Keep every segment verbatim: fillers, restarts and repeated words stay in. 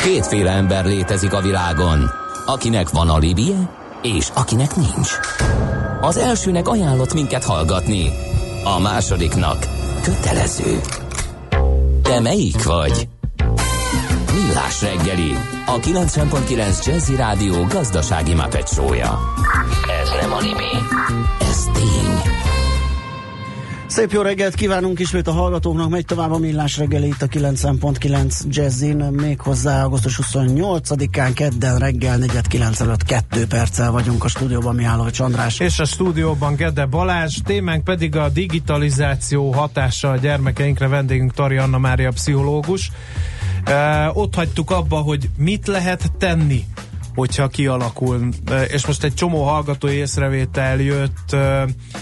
Kétféle ember létezik a világon, akinek van alibije, és akinek nincs. Az elsőnek ajánlott minket hallgatni, a másodiknak kötelező. Te melyik vagy? Millás reggeli, a kilencven pont kilenc Jazzy Rádió gazdasági Muppet show-ja. Ez nem anime, ez tény. Szép jó reggelt kívánunk ismét a hallgatóknak, megy tovább a Millás reggeli itt a kilencven pont kilenc Jazzin, méghozzá augusztus huszonnyolcadikán kedden reggel negyven kilenc előtt kettő perccel vagyunk a stúdióban, Mihálovics András. És a stúdióban Gede Balázs, témánk pedig a digitalizáció hatása a gyermekeinkre, vendégünk Tari Anna Mária pszichológus. Uh, ott hagytuk abba, hogy mit lehet tenni, hogyha kialakul. Uh, és most egy csomó hallgatói észrevétel jött, uh,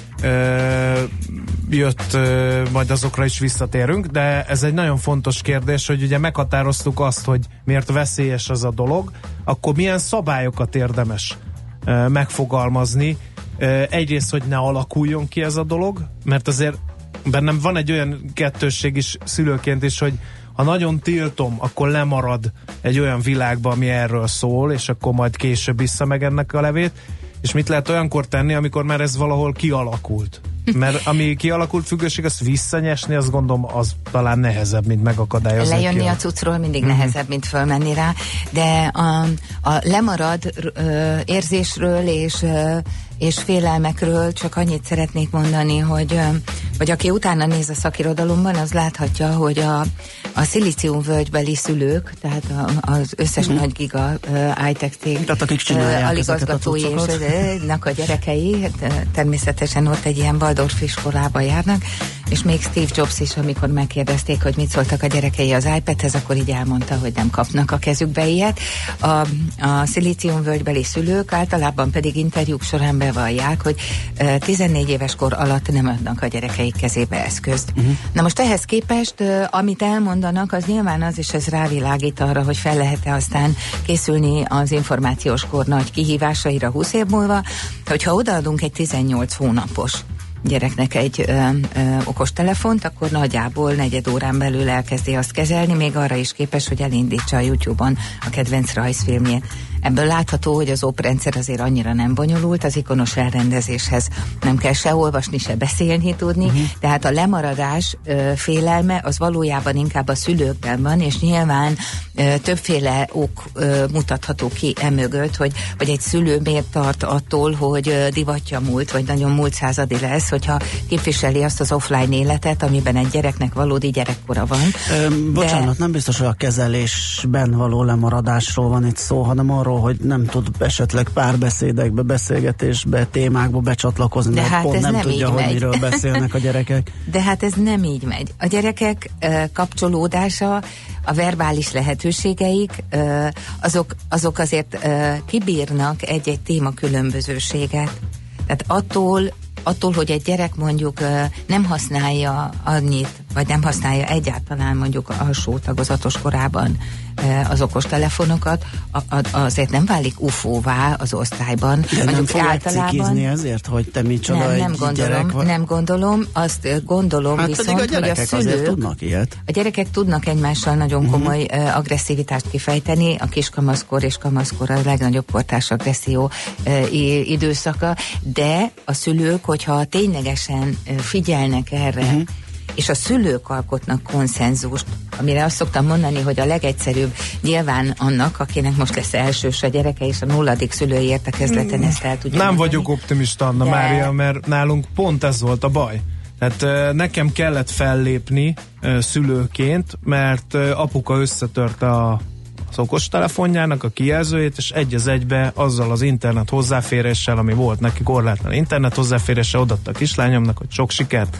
uh, jött, uh, majd azokra is visszatérünk, de ez egy nagyon fontos kérdés, hogy ugye meghatároztuk azt, hogy miért veszélyes az a dolog, akkor milyen szabályokat érdemes uh, megfogalmazni. Uh, egyrészt, hogy ne alakuljon ki ez a dolog, mert azért bennem van egy olyan kettősség is szülőként is, hogy ha nagyon tiltom, akkor lemarad egy olyan világba, ami erről szól, és akkor majd később vissza meg ennek a levét. És mit lehet olyankor tenni, amikor már ez valahol kialakult? Mert ami kialakult függőség, azt visszanyesni, azt gondolom, az talán nehezebb, mint megakadályozni. Lejönni a cuccról mindig uh-huh. nehezebb, mint fölmenni rá, de a, a lemarad ö, érzésről és ö, és félelmekről csak annyit szeretnék mondani, hogy, hogy aki utána néz a szakirodalomban, az láthatja, hogy a, a szilíciumvölgybeli szülők, tehát a, az összes uh-huh. nagy giga uh, i-tech cég uh, aligazgatói és a gyerekei természetesen ott egy ilyen Waldorf iskolába járnak, és még Steve Jobs is, amikor megkérdezték, hogy mit szóltak a gyerekei az iPadhez, akkor így elmondta, hogy nem kapnak a kezükbe ilyet. A, a szilíciumvölgybeli szülők általában pedig interjúk során bevallják, hogy uh, tizennégy éves kor alatt nem adnak a gyerekeik kezébe eszközt. Uh-huh. Na most ehhez képest, uh, amit elmondanak, az nyilván az is ez rávilágít arra, hogy fel lehet-e aztán készülni az információs kor nagy kihívásaira húsz év múlva, hogyha odaadunk egy tizennyolc hónapos gyereknek egy ö, ö, okostelefont, akkor nagyjából negyed órán belül elkezdi azt kezelni, még arra is képes, hogy elindítsa a YouTube-on a kedvenc rajzfilmjét. Ebből látható, hogy az oprendszer azért annyira nem bonyolult, az ikonos elrendezéshez nem kell se olvasni, se beszélni tudni, uh-huh. tehát a lemaradás ö, félelme az valójában inkább a szülőkben van, és nyilván ö, többféle ok ö, mutatható ki emögött, hogy, hogy egy szülő miért tart attól, hogy ö, divatja múlt, vagy nagyon múlt századi lesz, hogyha képviseli azt az offline életet, amiben egy gyereknek valódi gyerekkora van. Ö, bocsánat, de... nem biztos, hogy a kezelésben való lemaradásról van itt szó, hanem arról, hogy nem tud esetleg párbeszédekbe, beszélgetésbe, témákba becsatlakozni, de hát pont ez nem, nem tudja, hogy megy. miről beszélnek a gyerekek. De hát ez nem így megy. A gyerekek uh, kapcsolódása, a verbális lehetőségeik, uh, azok, azok azért uh, kibírnak egy-egy téma különbözőséget. Tehát attól, attól, hogy egy gyerek mondjuk uh, nem használja annyit, vagy nem használja egyáltalán mondjuk alsó tagozatos korában uh, az okostelefonokat, a, a, azért nem válik ufóvá az osztályban. De mondjuk nem fogják általában cikizni ezért, hogy te micsoda nem, egy nem gondolom, gyerek vagy? Nem gondolom, azt gondolom hát viszont, a hogy a szülők tudnak ilyet. A gyerekek tudnak egymással nagyon komoly uh-huh. uh, agresszivitást kifejteni, a kiskamaszkor és kamaszkor a legnagyobb kortárs agresszió uh, időszaka, de a szülők, hogyha ténylegesen uh, figyelnek erre, uh-huh. és a szülők alkotnak konszenzust, amire azt szoktam mondani, hogy a legegyszerűbb nyilván annak, akinek most lesz elsős a gyereke, és a nulladik szülői értekezleten mm. ezt el tudja Nem mondani. vagyok optimista, Anna de... Mária, mert nálunk pont ez volt a baj. Tehát nekem kellett fellépni szülőként, mert apuka összetörte a az okostelefonjának a kijelzőjét, és egy az egybe azzal az internet hozzáféréssel, ami volt neki, korlátlan internet hozzáféréssel, odaadta a kislányomnak, hogy sok sikert.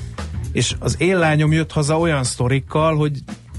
És az én lányom jött haza olyan sztorikkal, hogy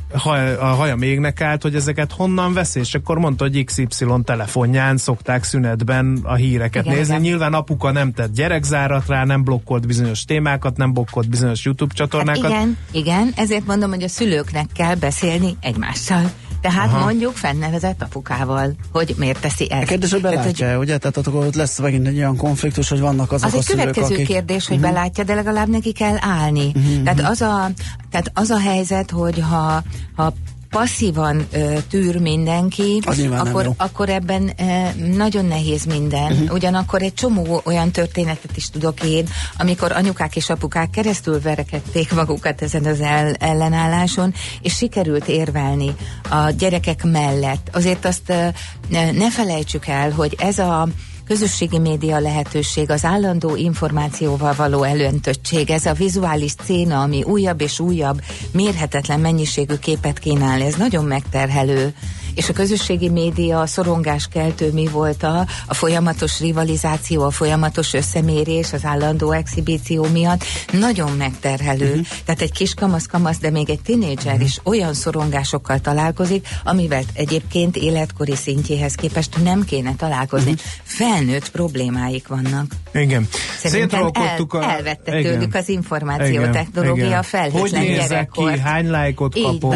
a haja mégnek állt, hogy ezeket honnan vesz, és akkor mondta, hogy iksz ipszilon telefonján szokták szünetben a híreket igen, nézni. Igen. Nyilván apuka nem tett gyerekzárat rá, nem blokkolt bizonyos témákat, nem blokkolt bizonyos YouTube csatornákat. Hát igen, igen, ezért mondom, hogy a szülőknek kell beszélni egymással. Tehát aha. mondjuk fennnevezett apukával, hogy miért teszi ezt. A kérdés, hogy belátja, tehát, hogy... ugye? Tehát akkor ott lesz megint egy olyan konfliktus, hogy vannak azok az a szülők, akik... Az egy következő kérdés, hogy uh-huh. belátja, de legalább neki kell állni. Uh-huh. Tehát, az a, tehát az a helyzet, hogy ha, ha passzívan ö, tűr mindenki, akkor, akkor ebben ö, nagyon nehéz minden. Uh-huh. Ugyanakkor egy csomó olyan történetet is tudok én, amikor anyukák és apukák keresztül verekedték magukat ezen az el, ellenálláson, és sikerült érvelni a gyerekek mellett. Azért azt ö, ne felejtsük el, hogy ez a közösségi média lehetőség, az állandó információval való előöntöttség, ez a vizuális széna, ami újabb és újabb, mérhetetlen mennyiségű képet kínál, ez nagyon megterhelő. És a közösségi média, a szorongáskeltő mi volt a, a folyamatos rivalizáció, a folyamatos összemérés, az állandó exhibíció miatt nagyon megterhelő. Uh-huh. Tehát egy kis kamasz-kamasz, de még egy tinédzser uh-huh. is olyan szorongásokkal találkozik, amivel egyébként életkori szintjéhez képest nem kéne találkozni. Uh-huh. Felnőtt problémáik vannak. Igen. Szerintem el, a... elvette igen. tőlük az információtechnológia felhőtlen gyerekkor. Hogy nézek ki, hány lájkot kapok,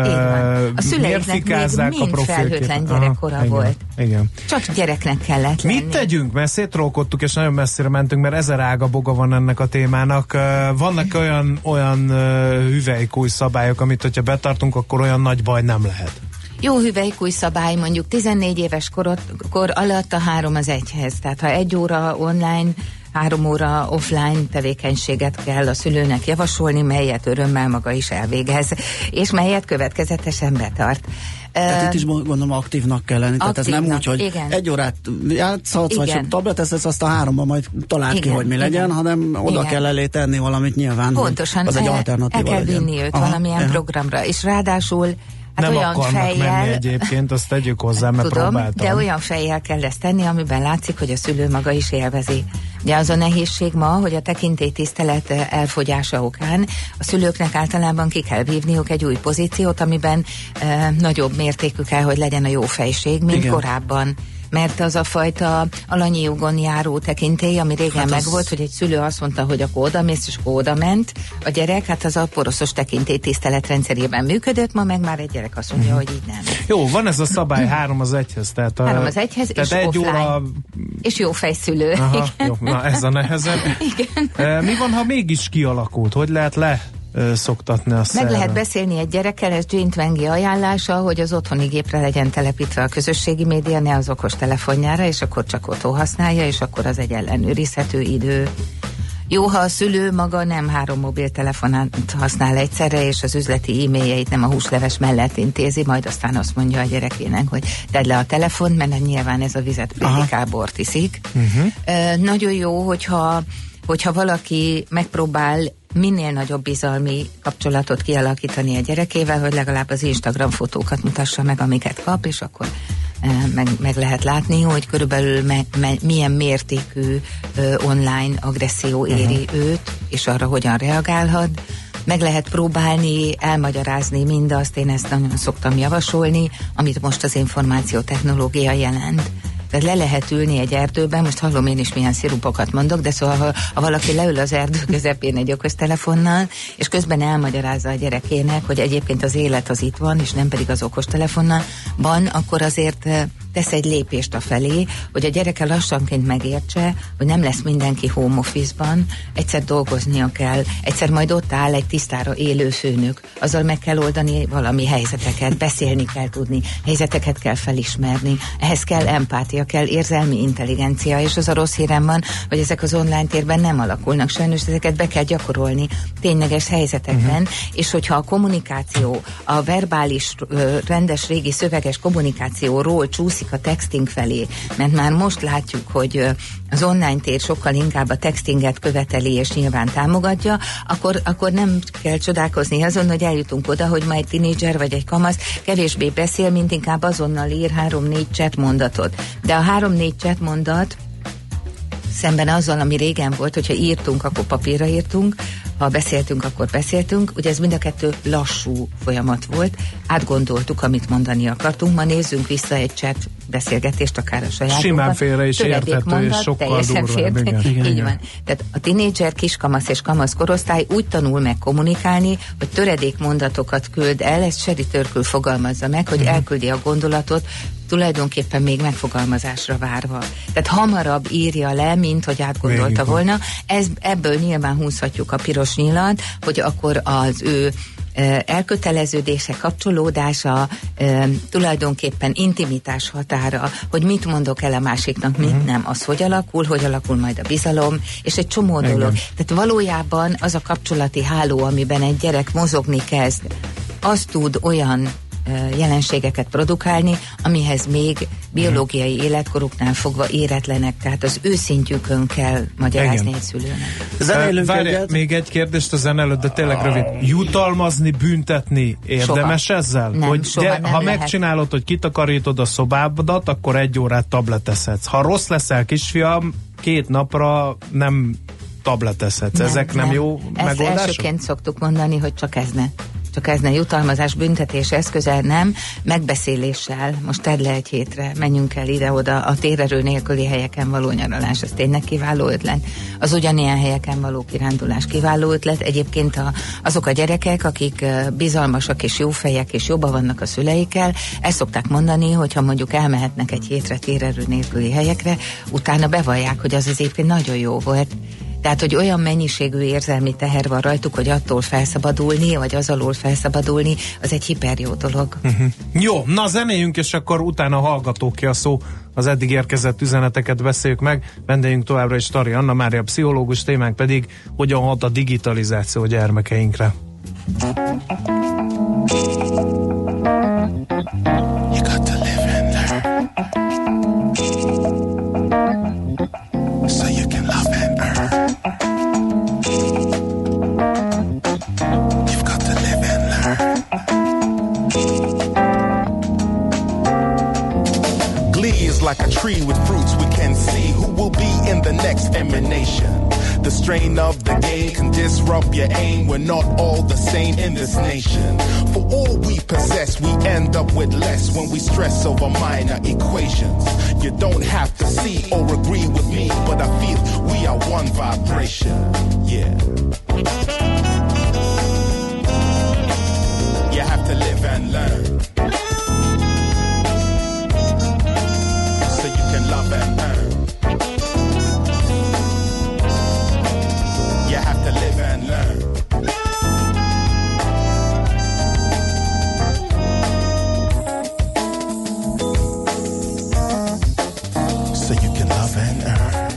uh, a szüleiknek még mind felhőtlen gyerekkora igen, volt. Igen. Csak gyereknek kellett lenni. Mit tegyünk? Mert szétrólkodtuk, és nagyon messzire mentünk, mert ezer ága boga van ennek a témának. Vannak olyan, olyan hüvelykúj szabályok, amit hogyha betartunk, akkor olyan nagy baj nem lehet. Jó hüvelykúj szabály, mondjuk tizennégy éves korot, kor alatt a három az egyhez. Tehát ha egy óra online, három óra offline tevékenységet kell a szülőnek javasolni, melyet örömmel maga is elvégez, és melyet következetesen betart. Tehát uh, itt is gondolom aktívnak kell lenni. Aktívnak, tehát ez nem úgy, hogy igen. egy órát játszhatsz, vagy csak tabletezhetsz, azt a háromban majd találd igen, ki, hogy mi legyen, igen. hanem oda igen. kell elé tenni valamit nyilván, pontosan, az egy el, alternatíva el kell legyen. vinni őt Aha, valamilyen aha. programra, és ráadásul hát nem olyan akarnak fejjel, menni egyébként, azt tegyük hozzá, mert tudom, próbáltam. de olyan fejjel kell ezt tenni, amiben látszik, hogy a szülő maga is élvezi. Ugye az a nehézség ma, hogy a tekintélytisztelet elfogyása okán a szülőknek általában ki kell vívniuk egy új pozíciót, amiben e, nagyobb mértékű kell, hogy legyen a jó fejség, mint igen. korábban. Mert az a fajta alanyi jogon járó tekintély, ami régen hát megvolt, az... hogy egy szülő azt mondta, hogy akkor odamész, és akkor oda ment a gyerek, hát az a poroszos tekintély tisztelet rendszerében működött, ma meg már egy gyerek azt mondja, uh-huh. hogy így nem. Jó, van ez a szabály három az egyhez. Tehát a, három az egyhez, tehát és egy offline. Óra... És jó fejszülő. Aha, jó, na ez a nehezebb. Igen. Mi van, ha mégis kialakult? Hogy lehet le szoktatni a Meg szerre. lehet beszélni egy gyerekkel, ez Jane Twengi ajánlása, hogy az otthoni gépre legyen telepítve a közösségi média, ne az okos telefonjára, és akkor csak otthon használja, és akkor az egy ellenőrizhető idő. Jó, ha a szülő maga nem három mobiltelefonát használ egyszerre, és az üzleti e-mailjeit nem a húsleves mellett intézi, majd aztán azt mondja a gyerekének, hogy tedd le a telefont, mert nyilván ez a vizet prédikál, bort iszik. Uh-huh. E, nagyon jó, hogyha, hogyha valaki megpróbál minél nagyobb bizalmi kapcsolatot kialakítani a gyerekével, hogy legalább az Instagram fotókat mutassa meg, amiket kap, és akkor meg, meg lehet látni, hogy körülbelül me, me, milyen mértékű ö, online agresszió éri uh-huh. őt, és arra hogyan reagálhat. Meg lehet próbálni elmagyarázni mindazt, én ezt nagyon szoktam javasolni, amit most az információtechnológia jelent. Tehát le lehet ülni egy erdőben, most hallom én is milyen szirupokat mondok, de szóval ha, ha valaki leül az erdő közepén egy okostelefonnal, és közben elmagyarázza a gyerekének, hogy egyébként az élet az itt van, és nem pedig az okostelefonnal van, akkor azért tesz egy lépést afelé, hogy a gyereke lassanként megértse, hogy nem lesz mindenki home office-ban, egyszer dolgoznia kell, egyszer majd ott áll egy tisztára élő főnök, azzal meg kell oldani valami helyzeteket, beszélni kell tudni, helyzeteket kell felismerni, ehhez kell empátia, kell érzelmi intelligencia, és az a rossz hírem van, hogy ezek az online térben nem alakulnak, sajnos ezeket be kell gyakorolni tényleges helyzetekben, uh-huh. és hogyha a kommunikáció, a verbális, rendes, régi szöveges kommunikációról csúszik a texting felé, mert már most látjuk, hogy az online tér sokkal inkább a textinget követeli és nyilván támogatja, akkor, akkor nem kell csodálkozni azon, hogy eljutunk oda, hogy majd egy tinédzser vagy egy kamasz kevésbé beszél, mint inkább azonnal ír három-négy chat mondatot. De a három-négy chat mondat szemben azzal, ami régen volt, hogyha írtunk, akkor papírra írtunk, ha beszéltünk, akkor beszéltünk, ugye ez mind a kettő lassú folyamat volt, átgondoltuk, amit mondani akartunk, ma nézzünk vissza egy chat beszélgetést, akár a sajátunkat. Simán félre is érthető, és sokkal durvább. Így van. Tehát a tinédzser, kiskamasz és kamasz korosztály úgy tanul meg kommunikálni, hogy töredék mondatokat küld el, ezt Sherry Turkle fogalmazza meg, hogy uh-huh. elküldi a gondolatot, tulajdonképpen még megfogalmazásra várva. Tehát hamarabb írja le, mint hogy átgondolta Végig volna. Ez, ebből nyilván húzhatjuk a piros nyilat, hogy akkor az ő elköteleződése, kapcsolódása, tulajdonképpen intimitás határa, hogy mit mondok el a másiknak, mit uh-huh. nem, az hogy alakul, hogy alakul majd a bizalom, és egy csomó Igen. dolog. Tehát valójában az a kapcsolati háló, amiben egy gyerek mozogni kezd, az tud olyan jelenségeket produkálni, amihez még biológiai hmm. életkoruknál fogva éretlenek, tehát az ő szintjükön kell magyarázni Igen. egy szülőnek. Várj, még egy kérdést a zene előtt, de tényleg rövid. Jutalmazni, büntetni érdemes soha. Ezzel? Nem, hogy soha de, nem ha lehet. Megcsinálod, hogy kitakarítod a szobádat, akkor egy órát tableteszedsz. Ha rossz leszel, kisfiam, két napra nem tableteszedsz. Nem, Ezek nem, nem jó Ezt megoldások? Elsőként szoktuk mondani, hogy csak ez ne. Csak ez ne jutalmazás, büntetés eszköze, nem, megbeszéléssel, most tedd le egy hétre, menjünk el ide-oda, a térerő nélküli helyeken való nyaralás, az tényleg kiváló ötlet. Az ugyanilyen helyeken való kirándulás kiváló ötlet. Egyébként a, azok a gyerekek, akik bizalmasak és jófejek és jobban vannak a szüleikkel, ezt szokták mondani, hogyha mondjuk elmehetnek egy hétre térerő nélküli helyekre, utána bevallják, hogy az az egyébként nagyon jó volt. Tehát, hogy olyan mennyiségű érzelmi teher van rajtuk, hogy attól felszabadulni, vagy az alól felszabadulni, az egy hiper jó dolog. Uh-huh. Jó, na zenéljünk, és akkor utána hallgatók ki a szó. Az eddig érkezett üzeneteket beszéljük meg. Vendégünk továbbra is Tari Anna Mária, pszichológus, témánk pedig hogyan hat a digitalizáció a gyermekeinkre. You got to live and learn. So you can love and earn. You've got to live and learn. Glee is like a tree with fruits we can see. Who will be in the next emanation? The strain of the game can disrupt your aim. We're not all the same in this nation. For all we possess, we end up with less when we stress over minor equations. You don't have to see or agree with me, but I feel we are one vibration. Yeah. You have to live and learn, so you can love and earn. You have to live and learn. So you can love and earn.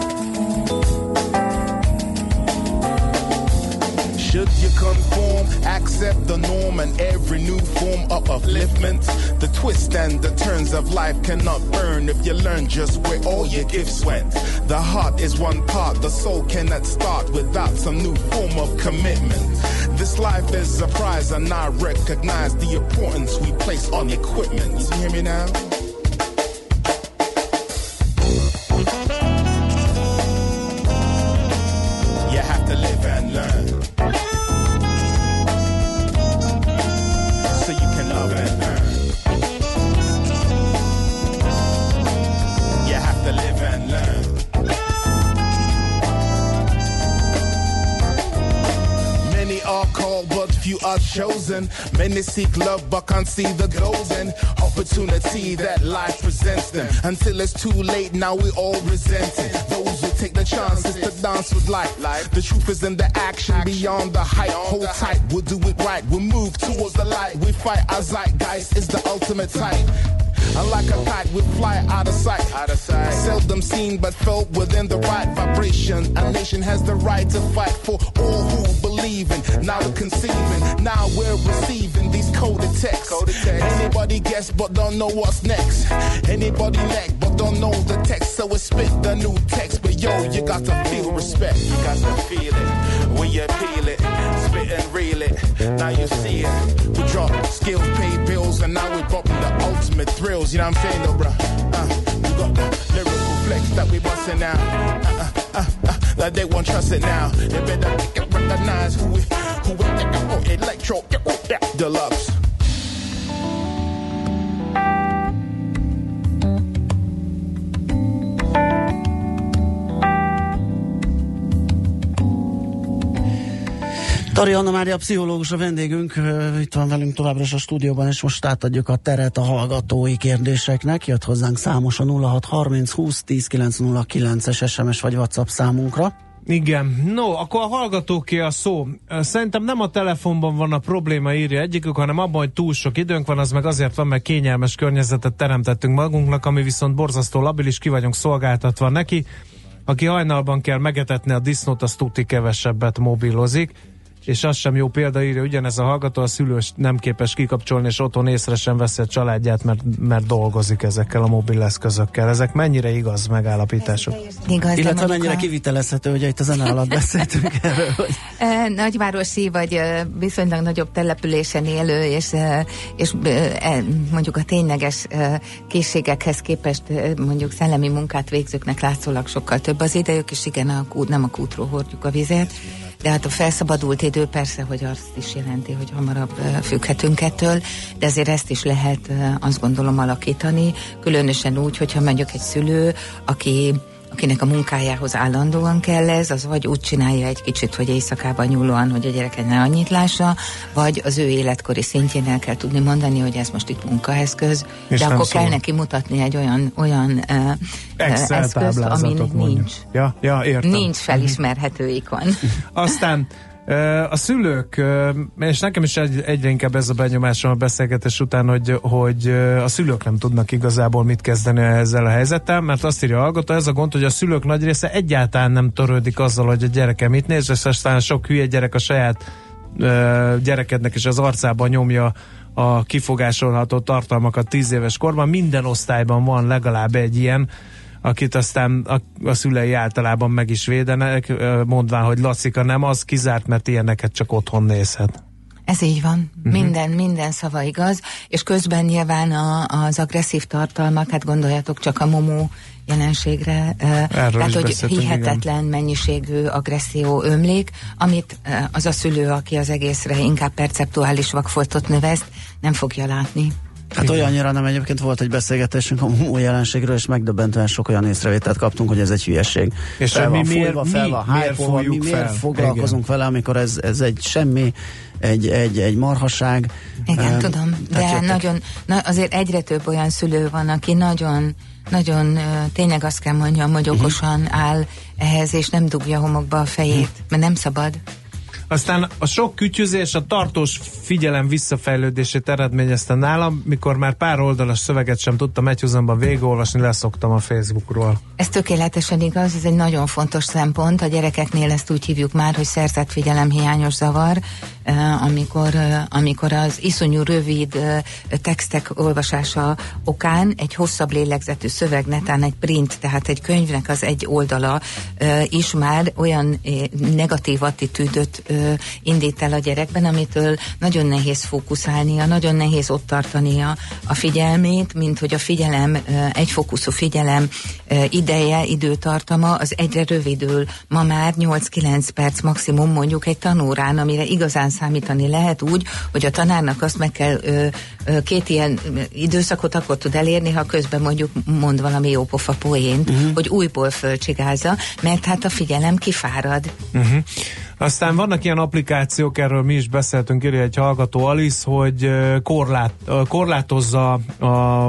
Should you conform, accept the norm and every new form of upliftment? The twists and the turns of life cannot burn if you learn just where all your gifts went. The heart is one part, the soul cannot start without some new form of commitment. This life is a prize and I recognize the importance we place on equipment. You hear me now? You have to live and learn, so you can love and earn. You have to live and learn. Many are called, but few are chosen. Many seek love, but can't see the golden opportunity that life presents them. Until it's too late, now we all resent it. Those who take the chances to dance with life. The truth is in the action, beyond the hype. Hold tight, we'll do it right. We'll move towards the light. We fight our zeitgeist, is the ultimate type. And like a kite, we fly out of sight. Out of sight. Seldom seen, but felt within the right vibration. A nation has the right to fight for all who believe in. Now we're conceiving, now we're receiving these coded texts. Coded text. Anybody guess, but don't know what's next. Anybody neck, but don't know the text. So we spit the new text. But yo, you got to feel respect. You got to feel it when you peel it, spit and reel it. Now you see it. We drop skills, pay bills, and now we're popping the ultimate thrills. You know what I'm saying, though, bruh? Uh, we got the lyrical flex that we bustin' now. Uh, uh, uh, uh, like they won't trust it now. They better recognize who we, who we, oh, electro, deluxe. Tari Anna Mária, pszichológus a vendégünk, itt van velünk továbbra is a stúdióban, és most átadjuk a teret a hallgatói kérdéseknek. Jött hozzánk számos a nulla hat harminc húsz tíz kilenc nulla kilences es em es vagy WhatsApp számunkra. Igen. No, akkor a hallgatóké a szó. Szerintem nem a telefonban van a probléma, írja egyikük, hanem abban, hogy túl sok időnk van, az meg azért van, mert kényelmes környezetet teremtettünk magunknak, ami viszont borzasztó labilis, ki vagyunk szolgáltatva neki. Aki hajnalban kell megetetni a disznót, az tuti kevesebbet mobilozik. És az sem jó példa, írja ugyanez a hallgató, a szülő nem képes kikapcsolni, és otthon észre sem veszi a családját, mert, mert dolgozik ezekkel a mobileszközökkel. Ezek mennyire igaz megállapítások? Igaz, illetve mennyire a... kivitelezhető, hogy itt a zene alatt beszéltünk erről. Hogy... Nagyvárosi vagy viszonylag nagyobb településen élő, és, és mondjuk a tényleges készségekhez képest mondjuk szellemi munkát végzőknek látszólag sokkal több az idejük, és igen, a kút, nem a kútról hordjuk a vizet. De hát a felszabadult idő persze, hogy azt is jelenti, hogy hamarabb függhetünk ettől, de azért ezt is lehet, azt gondolom, alakítani, különösen úgy, hogyha mondjuk egy szülő, aki akinek a munkájához állandóan kell ez, az vagy úgy csinálja egy kicsit, hogy éjszakában nyúlóan, hogy a gyereke ne annyit lássa, vagy az ő életkori szintjén el kell tudni mondani, hogy ez most itt munkaeszköz, és de akkor szól. Kell neki mutatni egy olyan, olyan uh, eszközt, amin nincs. Ja, ja, értem. Nincs felismerhető ikon. Aztán a szülők, és nekem is egy, egyre inkább ez a benyomásom a beszélgetés után, hogy, hogy a szülők nem tudnak igazából mit kezdeni ezzel a helyzettel, mert azt írja a hallgató, ez a gond, hogy a szülők nagy része egyáltalán nem törődik azzal, hogy a gyereke mit néz, és aztán sok hülye gyerek a saját gyerekednek is az arcába nyomja a kifogásolható tartalmakat tíz éves korban. Minden osztályban van legalább egy ilyen, akit aztán a, a szülei általában meg is védenek, mondván, hogy Lacika nem az, kizárt, mert ilyeneket csak otthon nézhet. Ez így van. Uh-huh. Minden, minden szava igaz, és közben nyilván a, az agresszív tartalmak, hát gondoljatok csak a Momo jelenségre, Erről tehát hogy hihetetlen igen. mennyiségű agresszió ömlik, amit az a szülő, aki az egészre inkább perceptuális vakfoltot növeszt, nem fogja látni. Hát olyannyira nem, egyébként volt egy beszélgetésünk a Momo jelenségről, és megdöbbentően sok olyan észrevételt kaptunk, hogy ez egy hülyeség. És fel mi, van miért, fújva, fel van, mi, miért, fogjuk mi miért fel? foglalkozunk igen. vele, amikor ez, ez egy semmi, egy, egy, egy marhaság. Igen, um, tudom, de nagyon, na, azért egyre több olyan szülő van, aki nagyon nagyon uh, tényleg azt kell mondjam, hogy okosan uh-huh. áll ehhez, és nem dugja homokba a fejét, uh-huh. mert nem szabad. Aztán a sok kütyüzés a tartós figyelem visszafejlődését eredményezte nálam, mikor már pár oldalas szöveget sem tudtam egyhuzamban végigolvasni, leszoktam a Facebookról. Ez tökéletesen igaz, ez egy nagyon fontos szempont. A gyerekeknél ezt úgy hívjuk már, hogy szerzett figyelemhiányos zavar, amikor, amikor az iszonyú rövid textek olvasása okán egy hosszabb lélegzetű szöveg, netán egy print, tehát egy könyvnek az egy oldala is már olyan negatív attitűdöt indít el a gyerekben, amitől nagyon nehéz fókuszálnia, nagyon nehéz ott tartania a figyelmét, mint hogy a figyelem, egyfókuszú figyelem ideje, időtartama az egyre rövidül. Ma már nyolc-kilenc perc maximum mondjuk egy tanórán, amire igazán számítani lehet úgy, hogy a tanárnak azt meg kell ö, ö, két ilyen időszakot akkor tud elérni, ha közben mondjuk mond valami jópofa poént, uh-huh. hogy újból fölcsigázza, mert hát a figyelem kifárad. Uh-huh. Aztán vannak ilyen applikációk, erről mi is beszéltünk, írja egy hallgató, Alice, hogy korlát, korlátozza a,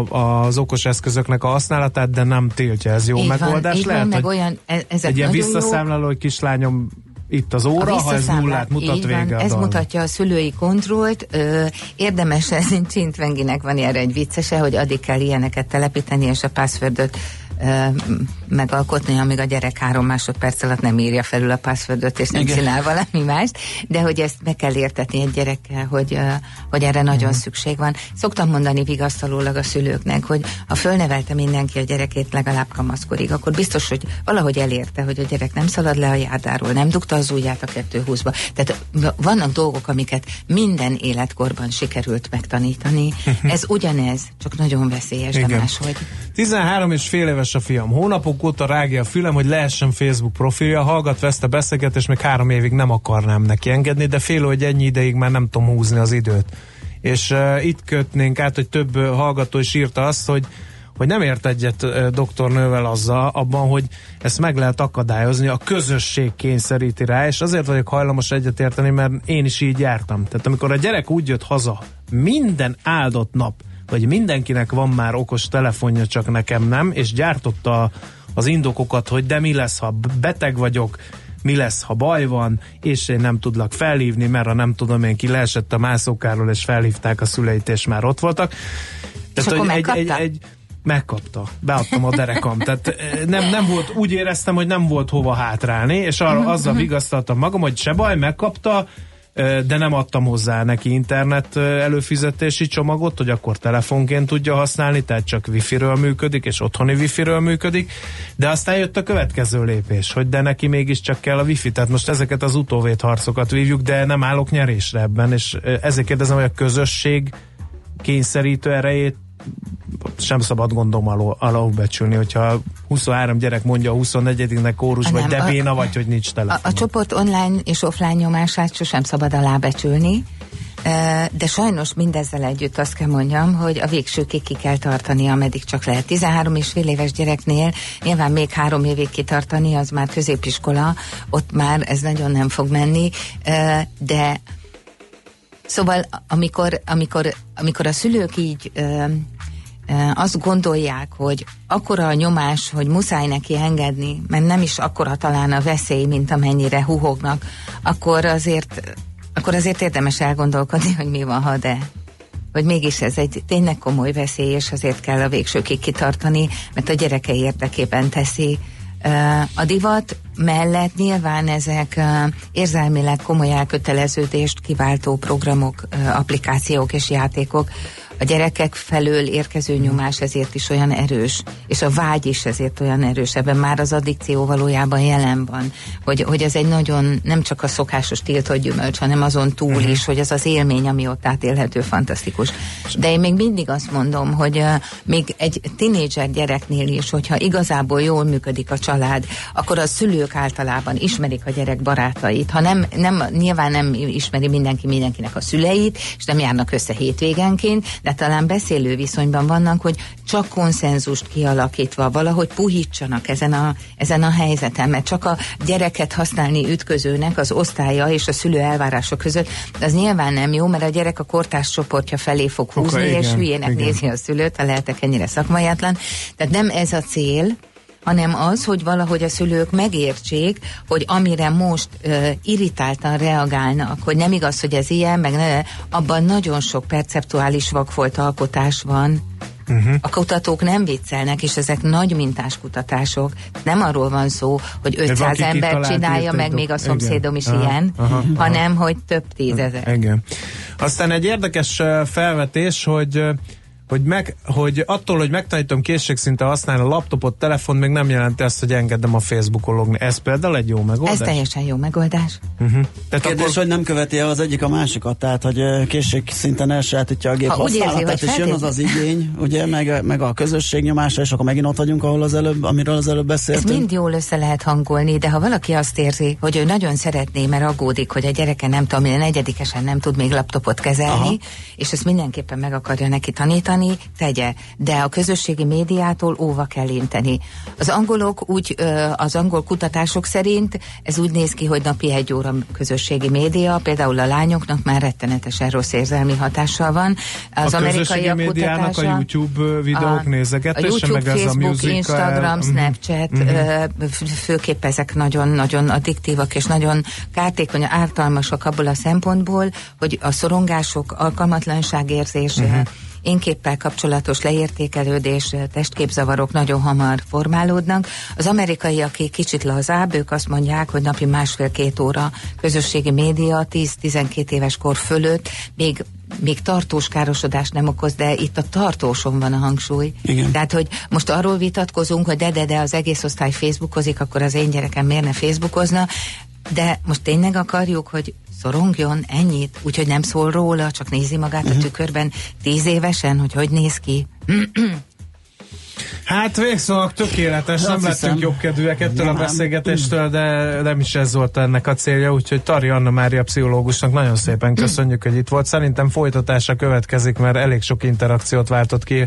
az okos eszközöknek a használatát, de nem tiltja. Ez jó így megoldás van, lehet? Van, meg olyan, ezek egy ilyen visszaszámláló, hogy kislányom itt az óra, ha ez nullát mutat, vége van, a ez dalma. Mutatja a szülői kontrollt. Ö, érdemes, ez Csintvenginek van erre egy viccese, hogy addig kell ilyeneket telepíteni, és a passwordot ö, megalkotni, amíg a gyerek három másodperc alatt nem írja felül a passwordot, és nem igen. csinál valami mást, de hogy ezt meg kell értetni egy gyerekkel, hogy, ö, hogy erre nagyon uh-huh. szükség van. Szoktam mondani vigasztalólag a szülőknek, hogy ha fölnevelte mindenki a gyerekét legalább kamaszkorig, akkor biztos, hogy valahogy elérte, hogy a gyerek nem szalad le a járdáról, nem dugta az ujját a kettő húszba. Tehát vannak dolgok, amiket minden életkorban sikerült megtanítani. Ez ugyanez, csak nagyon veszélyes, igen. de máshogy. tizenhárom és fél éves a fiam. Hónapok óta rágja a fülem, hogy lehessen Facebook profilja, hallgat, veszt a beszélgetést, még három évig nem akarnám neki engedni, de fél, hogy ennyi ideig már nem tudom húzni az időt. És uh, itt kötnénk át, hogy több uh, hallgató is írta azt, hogy hogy nem ért egyet uh, doktornővel azzal abban, hogy ezt meg lehet akadályozni, a közösség kényszeríti rá, és azért vagyok hajlamos egyet érteni, mert én is így jártam. Tehát amikor a gyerek úgy jött haza, minden áldott nap, hogy mindenkinek van már okos telefonja, csak nekem nem, és gyártotta az indokokat, hogy de mi lesz, ha beteg vagyok, mi lesz, ha baj van, és én nem tudlak felhívni, mert ha nem tudom én ki leesett a mászókáról, és felhívták a szüleit, és már ott voltak. Tehát, és akkor egy, egy, egy, megkapta, beadtam a derekam. Tehát nem, nem volt, úgy éreztem, hogy nem volt hova hátrálni, és arra, azzal vigasztaltam magam, hogy se baj, megkapta, de nem adtam hozzá neki internet előfizetési csomagot, hogy akkor telefonként tudja használni, tehát csak wifi-ről működik, és otthoni wifi-ről működik, de aztán jött a következő lépés, hogy de neki mégiscsak kell a wifi, tehát most ezeket az utóvét harcokat vívjuk, de nem állok nyerésre ebben, és ezért kérdezem, hogy a közösség kényszerítő erejét sem szabad gondom alól, alulbecsülni, hogyha huszonhárom gyerek mondja a huszonnegyediknek kórus, vagy de béna vagy, hogy nincs telefon. A, a csoport online és offline nyomását sosem szabad alábecsülni, de sajnos mindezzel együtt azt kell mondjam, hogy a végsőkig ki kell tartani, ameddig csak lehet. tizenhárom és fél éves gyereknél nyilván még három évig kitartani, az már középiskola, ott már ez nagyon nem fog menni, de szóval amikor, amikor, amikor a szülők így azt gondolják, hogy akkora a nyomás, hogy muszáj neki engedni, mert nem is akkora talán a veszély, mint amennyire huhognak, akkor azért, akkor azért érdemes elgondolkodni, hogy mi van, ha de. Hogy mégis ez egy tényleg komoly veszély, és azért kell a végsőkig kitartani, mert a gyereke érdekében teszi. A divat mellett nyilván ezek érzelmileg komoly elköteleződést kiváltó programok, applikációk és játékok. A gyerekek felől érkező nyomás ezért is olyan erős, és a vágy is ezért olyan erős, ebben már az addikció valójában jelen van, hogy, hogy ez egy nagyon, nem csak a szokásos tiltott gyümölcs, hanem azon túl uh-huh. is, hogy az az élmény, ami ott átélhető, fantasztikus. De én még mindig azt mondom, hogy uh, még egy tinédzser gyereknél is, hogyha igazából jól működik a család, akkor a szülők általában ismerik a gyerek barátait. Ha nem, nem, nyilván nem ismeri mindenki mindenkinek a szüleit, és nem járnak össze hétvégenként, de talán beszélő viszonyban vannak, hogy csak konszenzust kialakítva valahogy puhítsanak ezen a, ezen a helyzeten, mert csak a gyereket használni ütközőnek az osztálya és a szülő elvárása között, az nyilván nem jó, mert a gyerek a kortárs csoportja felé fog húzni, okay, és igen, hülyének igen. nézi a szülőt, ha lehetek ennyire szakmaiatlan. Tehát nem ez a cél, hanem az, hogy valahogy a szülők megértsék, hogy amire most uh, irritáltan reagálnak, hogy nem igaz, hogy ez ilyen, meg ne, abban nagyon sok perceptuális vakfolt alkotás van. Uh-huh. A kutatók nem viccelnek, és ezek nagy mintás kutatások. Nem arról van szó, hogy ötszáz ember csinálja, meg még a szomszédom is aha, ilyen, aha, hanem aha. hogy több tízezer. Igen. Aztán egy érdekes felvetés, hogy Hogy, meg, hogy attól, hogy megtanítom készségszinte használni a laptopot, telefon, még nem jelenti azt, hogy engedem a Facebookon logni. Ez például egy jó megoldás? Ez teljesen jó megoldás. Uh-huh. Kérdés, akkor... hogy nem követi el az egyik a másikat, tehát, hogy készségszinten elsajátítja a gép használatát, és jön az az igény, ugye, meg, meg a közösség nyomása, és akkor megint ott vagyunk, ahol az előbb, amiről az előbb beszéltünk. Ez mind jól össze lehet hangolni, de ha valaki azt érzi, hogy ő nagyon szeretné, mert aggódik, hogy a gyereke nem tudom, a negyedikesen nem tud még laptopot kezelni, aha. és ezt mindenképpen meg akarja neki tanítani, tegye, de a közösségi médiától óva kell inteni. Az angolok úgy, az angol kutatások szerint ez úgy néz ki, hogy napi egy óra közösségi média, például a lányoknak már rettenetesen rossz érzelmi hatással van. Az a közösségi médiának a YouTube videók nézegetése, a YouTube, meg Facebook, ez a music, Instagram, uh, Snapchat, uh-huh. főképp ezek nagyon-nagyon addiktívak és nagyon kártékony, ártalmasak abból a szempontból, hogy a szorongások, alkalmatlanságérzés, uh-huh. énképpel kapcsolatos leértékelődés, testképzavarok nagyon hamar formálódnak. Az amerikaiak, akik kicsit lazább, ők azt mondják, hogy napi másfél-két óra közösségi média tíz-tizenkét éves kor fölött még még tartós károsodást nem okoz, de itt a tartóson van a hangsúly. Igen. Tehát, hogy most arról vitatkozunk, hogy de, de, de az egész osztály Facebookozik, akkor az én gyerekem miért ne Facebookozna, de most tényleg akarjuk, hogy szorongjon ennyit, úgyhogy nem szól róla, csak nézi magát uh-huh. a tükörben tíz évesen, hogy hogy néz ki. Hát végszónak tökéletes, nem lettünk jobbkedvűek ettől nem, a beszélgetéstől, de nem is ez volt ennek a célja, úgyhogy Tari Anna Mária pszichológusnak nagyon szépen köszönjük, hogy itt volt. Szerintem folytatása következik, mert elég sok interakciót váltott ki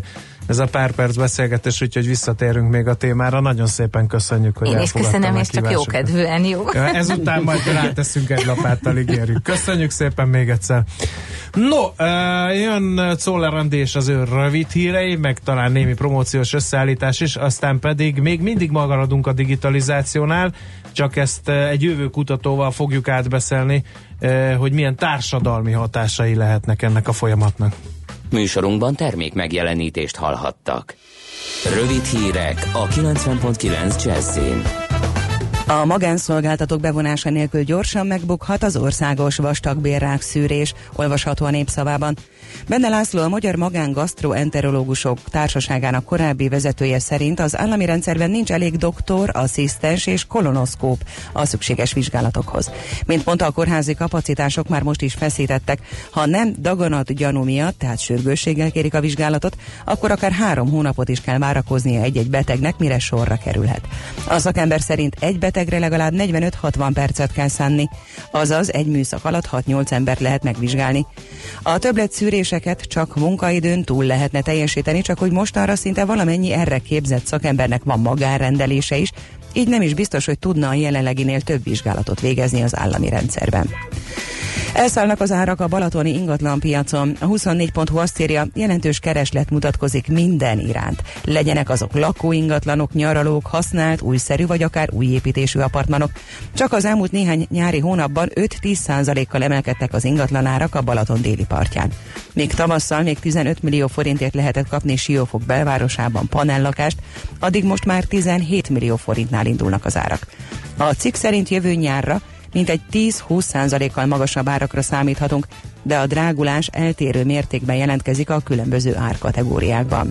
ez a pár perc beszélgetés, úgyhogy visszatérünk még a témára. Nagyon szépen köszönjük, hogy Én is köszönöm, és csak jókedvűen jó. Ezután majd ráteszünk egy lapáttal, ígérjük. Köszönjük szépen még egyszer. No, jön Czoller Andi és az ő rövid hírei, meg talán némi promóciós összeállítás is, aztán pedig még mindig maradunk a digitalizációnál, csak ezt egy jövőkutatóval fogjuk átbeszélni, hogy milyen társadalmi hatásai lehetnek ennek a folyamatnak. Műsorunkban termék megjelenítést hallhattak. Rövid hírek a kilencven pont kilenc Jazzin. A magánszolgáltatók bevonása nélkül gyorsan megbukhat az országos vastagbélrák szűrés, olvasható a Népszavában. Benne László, a Magyar Magán-Gasztroenterológusok Társaságának korábbi vezetője szerint az állami rendszerben nincs elég doktor, asszisztens és kolonoszkóp a szükséges vizsgálatokhoz. Mint mondta, a kórházi kapacitások már most is feszítettek. Ha nem daganat gyanú miatt, tehát sürgősséggel kérik a vizsgálatot, akkor akár három hónapot is kell várakoznia egy-egy betegnek, mire sorra kerülhet. A szakember szerint egy betegre legalább negyvenöt-hatvan percet kell szánni, azaz egy műszak alatt hat-nyolc embert lehet megvizsgálni. A többletszűréseket csak munkaidőn túl lehetne teljesíteni, csak hogy mostanra szinte valamennyi erre képzett szakembernek van magánrendelése is, így nem is biztos, hogy tudna a jelenleginél több vizsgálatot végezni az állami rendszerben. Elszállnak az árak a balatoni ingatlanpiacon. A huszonnégy pont hu azt írja, jelentős kereslet mutatkozik minden iránt. Legyenek azok lakóingatlanok, nyaralók, használt, újszerű vagy akár új építésű apartmanok. Csak az elmúlt néhány nyári hónapban öt-tíz százalékkal emelkedtek az ingatlanárak a Balaton déli partján. Még tavasszal még tizenöt millió forintért lehetett kapni Siófok belvárosában panellakást, addig most már tizenhét millió forintnál indulnak az árak. A cikk szerint jövő nyárra mintegy tíz-húsz százalékkal magasabb árakra számíthatunk, de a drágulás eltérő mértékben jelentkezik a különböző árkategóriákban.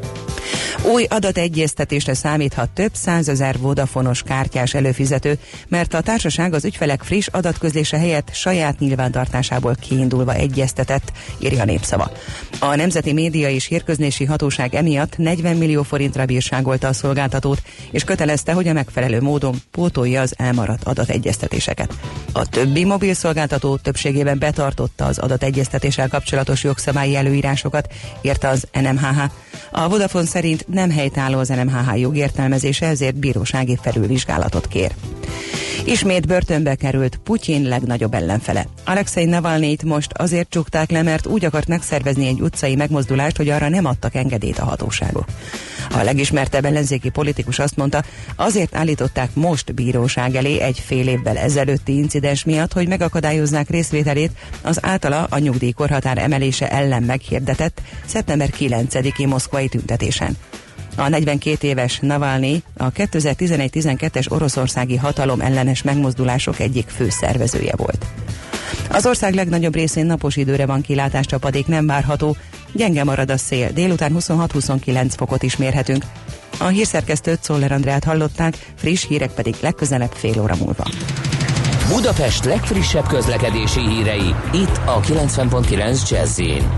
Új adategyeztetésre számíthat több százezer Vodafonos kártyás előfizető, mert a társaság az ügyfelek friss adatközlése helyett saját nyilvántartásából kiindulva egyeztetett, írja a Népszava. A Nemzeti Média és Hírközlési Hatóság emiatt negyven millió forintra bírságolta a szolgáltatót, és kötelezte, hogy a megfelelő módon pótolja az elmaradt adategyeztetéseket. A többi mobil szolgáltató többségében betartotta az adategyeztetéssel kapcsolatos jogszabályi előírásokat, írta az en em há há. A Vodafone szerint nem helytálló az en em há há jogértelmezése, ezért bírósági felülvizsgálatot kér. Ismét börtönbe került Putyin legnagyobb ellenfele. Alexei Navalnyit most azért csukták le, mert úgy akart megszervezni egy utcai megmozdulást, hogy arra nem adtak engedélyt a hatóságok. A legismertebb ellenzéki politikus azt mondta, azért állították most bíróság elé egy fél évvel ezelőtti incidens miatt, hogy megakadályozzák részvételét az általa a nyugdíjkorhatár emelése ellen meghirdetett szeptember kilencediki moszkvai tüntetésen. A negyvenkét éves Navalnyi a kétezer-tizenegy-tizenkettes oroszországi hatalom ellenes megmozdulások egyik fő szervezője volt. Az ország legnagyobb részén napos időre van kilátás, csapadék nem várható, gyenge marad a szél, délután huszonhat-huszonkilenc fokot is mérhetünk. A hírszerkesztőt, Czoller Andrát hallották, friss hírek pedig legközelebb fél óra múlva. Budapest legfrissebb közlekedési hírei, itt a kilencven pont kilenc Jazz-in.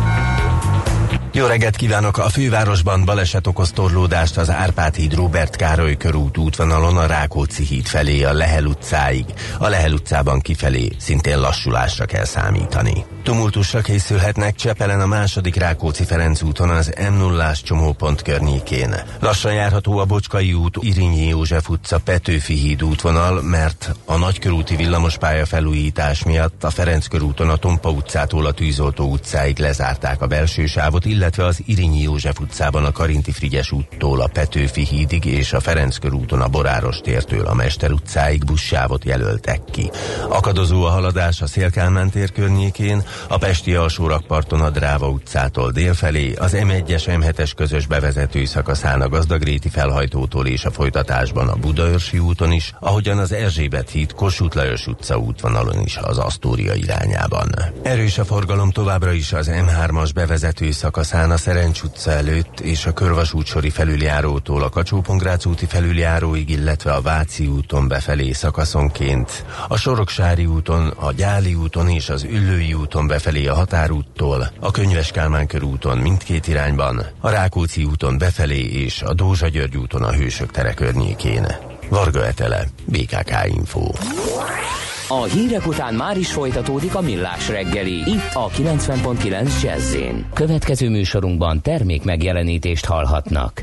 Jó reggelt kívánok! A fővárosban baleset okoz torlódást az Árpád híd Róbert Károly körút útvonalon a Rákóczi híd felé a Lehel utcáig. A Lehel utcában kifelé szintén lassulásra kell számítani. Tumultusra készülhetnek Csepelen a második Rákóczi-Ferenc úton az em nullás csomópont környékén. Lassan járható a Bocskai út, Irinyi József utca, Petőfi híd útvonal, mert a nagykörúti villamospálya felújítás miatt a Ferenc körúton a Tompa utcától a Tűzoltó utcáig lezárták a belső sávot, illetve az Irinyi József utcában a Karinti Frigyes úttól a Petőfi hídig és a Ferenc körúton a Boráros tértől a Mester utcáig buszsávot jelöltek ki. Akadozó a haladás a Széll-Kálmán tér környékén, a pesti alsórakparton a Dráva utcától délfelé, az em egyes em hetes közös bevezető szakaszán a Gazdagréti felhajtótól és a folytatásban a Budaörsi úton is, ahogyan az Erzsébet híd, Kossuth Lajos utca útvonalon is az Asztória irányában. Erős a forgalom továbbra is az em hármas bevezető szakaszán a Szerencs utca előtt és a Körvasútsori felüljárótól a Kacsó-Pongrác úti felüljáróig, illetve a Váci úton befelé szakaszonként, a Soroksári úton, a Gyáli úton és az Üllői úton befelé a Határúttól, a Könyves Kálmán körúton mindkét irányban, a Rákóczi úton befelé és a Dózsa-György úton a Hősök tere környékén. Varga Etele, bé ká ká Info. A hírek után már is folytatódik a Millás reggeli, itt a kilencven pont kilenc Jazz-in. Következő műsorunkban termék megjelenítést hallhatnak.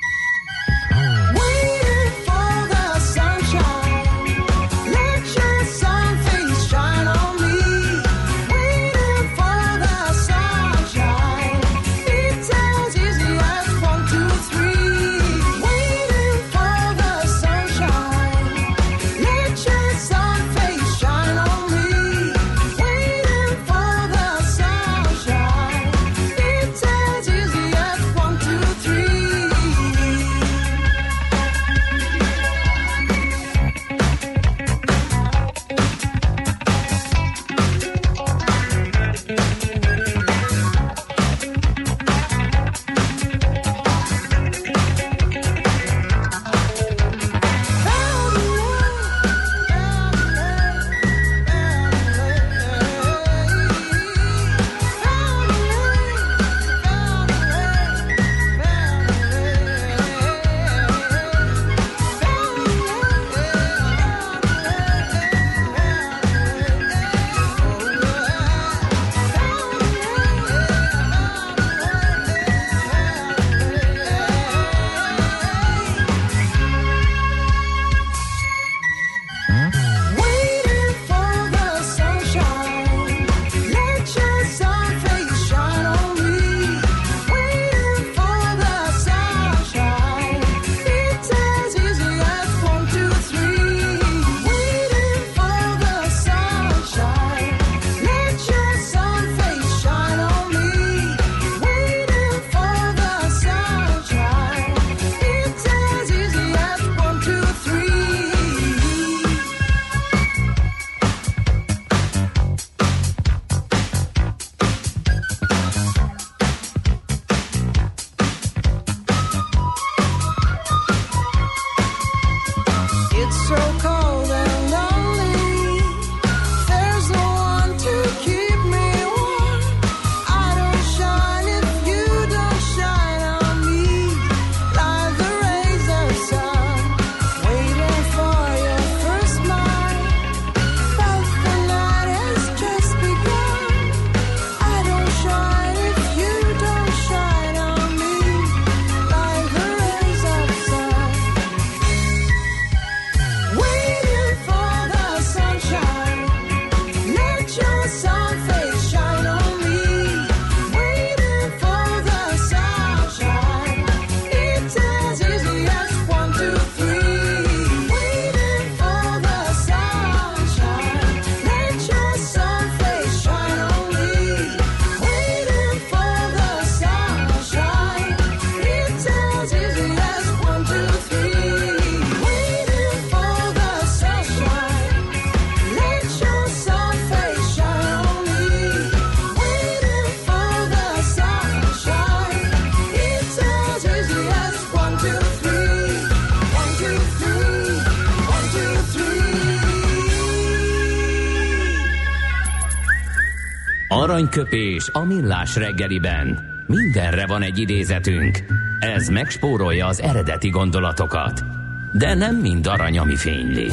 Aranyköpés a Millás reggeliben. Mindenre van egy idézetünk. Ez megspórolja az eredeti gondolatokat. De nem mind arany, ami fényli.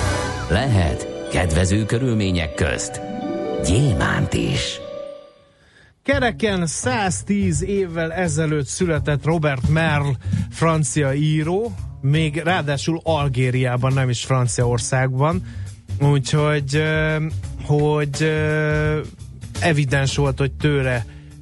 Lehet kedvező körülmények közt gyémánt is. Kereken száztíz évvel ezelőtt született Robert Merle, francia író, még ráadásul Algériában, nem is Franciaországban, úgyhogy hogy evidens volt, hogy tőle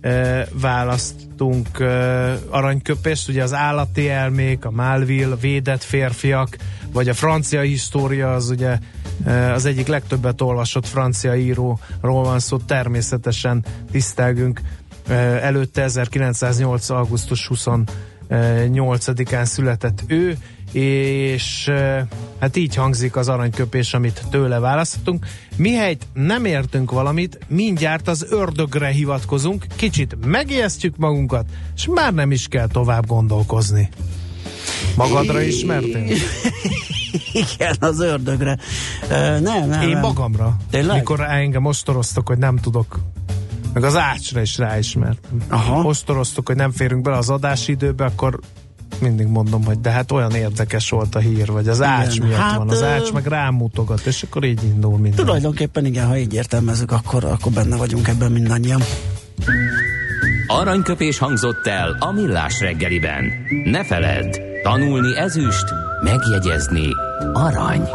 választunk aranyköpést, ugye az állati elmék, a Malville, védett férfiak, vagy a francia história, az ugye az egyik legtöbbet olvasott francia íróról van szó, természetesen tisztelgünk. Előtte ezerkilencszáznyolc. augusztus huszonnyolcadikán született ő, és hát így hangzik az aranyköpés, amit tőle választottunk. Mihelyt nem értünk valamit, mindjárt az ördögre hivatkozunk, kicsit megijesztjük magunkat, és már nem is kell tovább gondolkozni. Magadra ismertél? Igen, az ördögre. Uh, nem, nem. Én magamra. Tényleg? Mikor engem ostoroztok, hogy nem tudok, meg az ácsra is ráismertem. Aha. Ostoroztok, hogy nem férünk bele az adási időbe, akkor mindig mondom, hogy de hát olyan érdekes volt a hír, vagy az ács igen, miatt hát, van, az ács meg rámutogat, és akkor így indul minden. Tulajdonképpen igen, ha így értelmezzük, akkor, akkor benne vagyunk ebben mindannyian. Aranyköpés hangzott el a Millás reggeliben. Ne feledd, tanulni ezüst, megjegyezni arany.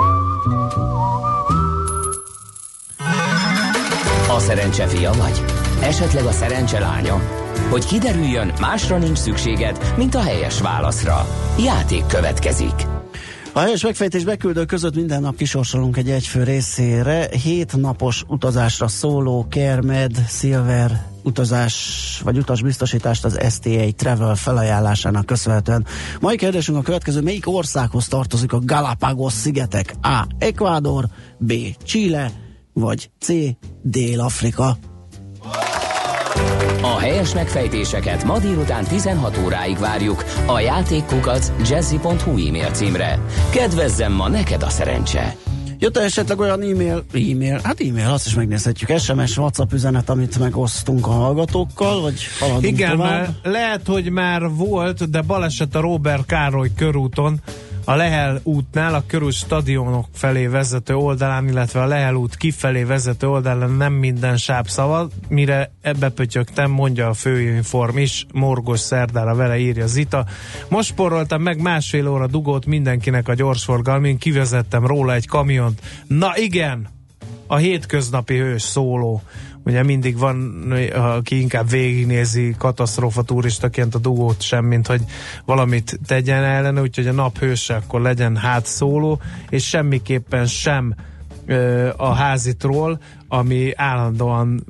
A szerencse fia vagy? Esetleg a szerencse lánya? Hogy kiderüljön, másra nincs szükséged, mint a helyes válaszra. Játék következik. A helyes megfejtés beküldő között minden nap kisorsolunk egy egyfő részére hét napos utazásra szóló Kermed Silver utazás vagy utasbiztosítást az es té á Travel felajánlásának köszönhetően. Mai kérdésünk a következő: melyik országhoz tartozik a Galapagos szigetek? A. Ecuador, B. Chile, vagy C. Dél-Afrika? A helyes megfejtéseket ma délután tizenhat óráig várjuk a játékkukac jazzy pont hu e-mail címre. Kedvezzem ma neked a szerencse! Jött esetleg olyan e-mail, e-mail, hát e-mail, azt is megnézhetjük, es em es, WhatsApp üzenet, amit megosztunk a hallgatókkal, vagy haladunk igen, tovább? mert lehet, hogy már volt, de baleset a Róbert Károly körúton, a Lehel útnál, a körút stadionok felé vezető oldalán, illetve a Lehel út kifelé vezető oldalán nem minden sáv szabad, mire ebbe pötyögtem, mondja a főinform is, morgos szerdára vele, írja Zita. Most spóroltam meg másfél óra dugót mindenkinek a gyorsforgalmin, kivezettem róla egy kamiont. Na igen, a hétköznapi hős szóló. Ugye mindig van, aki inkább végignézi katasztrófa turistaként a dugót sem, mint hogy valamit tegyen ellene, úgyhogy a nap hőse akkor legyen hátszóló, és semmiképpen sem ö, a házitról, ami állandóan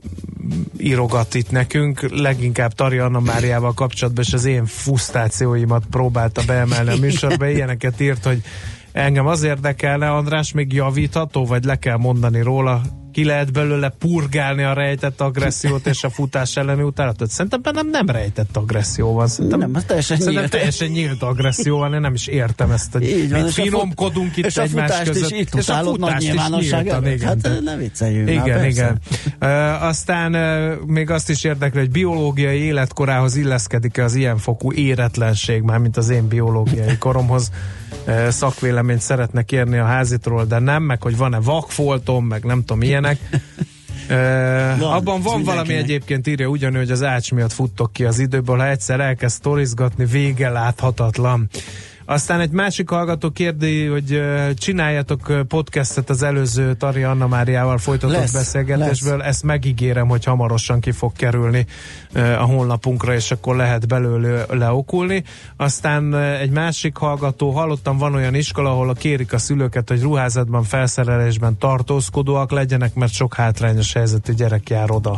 írogat itt nekünk, leginkább Tari Anna Máriával kapcsolatban, és az én fusztációimat próbálta beemelni a műsorba, ilyeneket írt, hogy engem az érdekelne, András, még javítható, vagy le kell mondani róla, ki lehet belőle purgálni a rejtett agressziót és a futás elleni utálatot? Szerintem bennem nem rejtett agresszió van. Szerintem, nem, ez teljesen szerintem nyílt. teljesen nyílt agresszió van, én nem is értem ezt, hogy így van, mit finomkodunk itt és a egymás futást között. Is itt és a utálod nagy futást is nyilvánosság nyíltan, előtt. igen. Hát ne vicceljünk igen, már, igen. Uh, aztán uh, még azt is érdekli, hogy biológiai életkorához illeszkedik-e az ilyenfokú éretlenség, mármint az én biológiai koromhoz. Uh, szakvéleményt szeretne kérni a házitról, de nem, meg hogy van-e vakfoltom, meg nem tudom, ilyenek. Uh, van, abban van valami egyébként, írja ugyanúgy, hogy az ács miatt futtok ki az időből, ha egyszer elkezd sztorizgatni, vége láthatatlan. Aztán egy másik hallgató kérdi, hogy uh, csináljatok podcastet az előző Tari Anna Máriával folytatott lesz, beszélgetésből, lesz. Ezt megígérem, hogy hamarosan ki fog kerülni uh, a honlapunkra, és akkor lehet belőle leokulni. Aztán uh, egy másik hallgató, hallottam, van olyan iskola, ahol kérik a szülőket, hogy ruházatban, felszerelésben tartózkodóak legyenek, mert sok hátrányos helyzetű gyerek jár oda.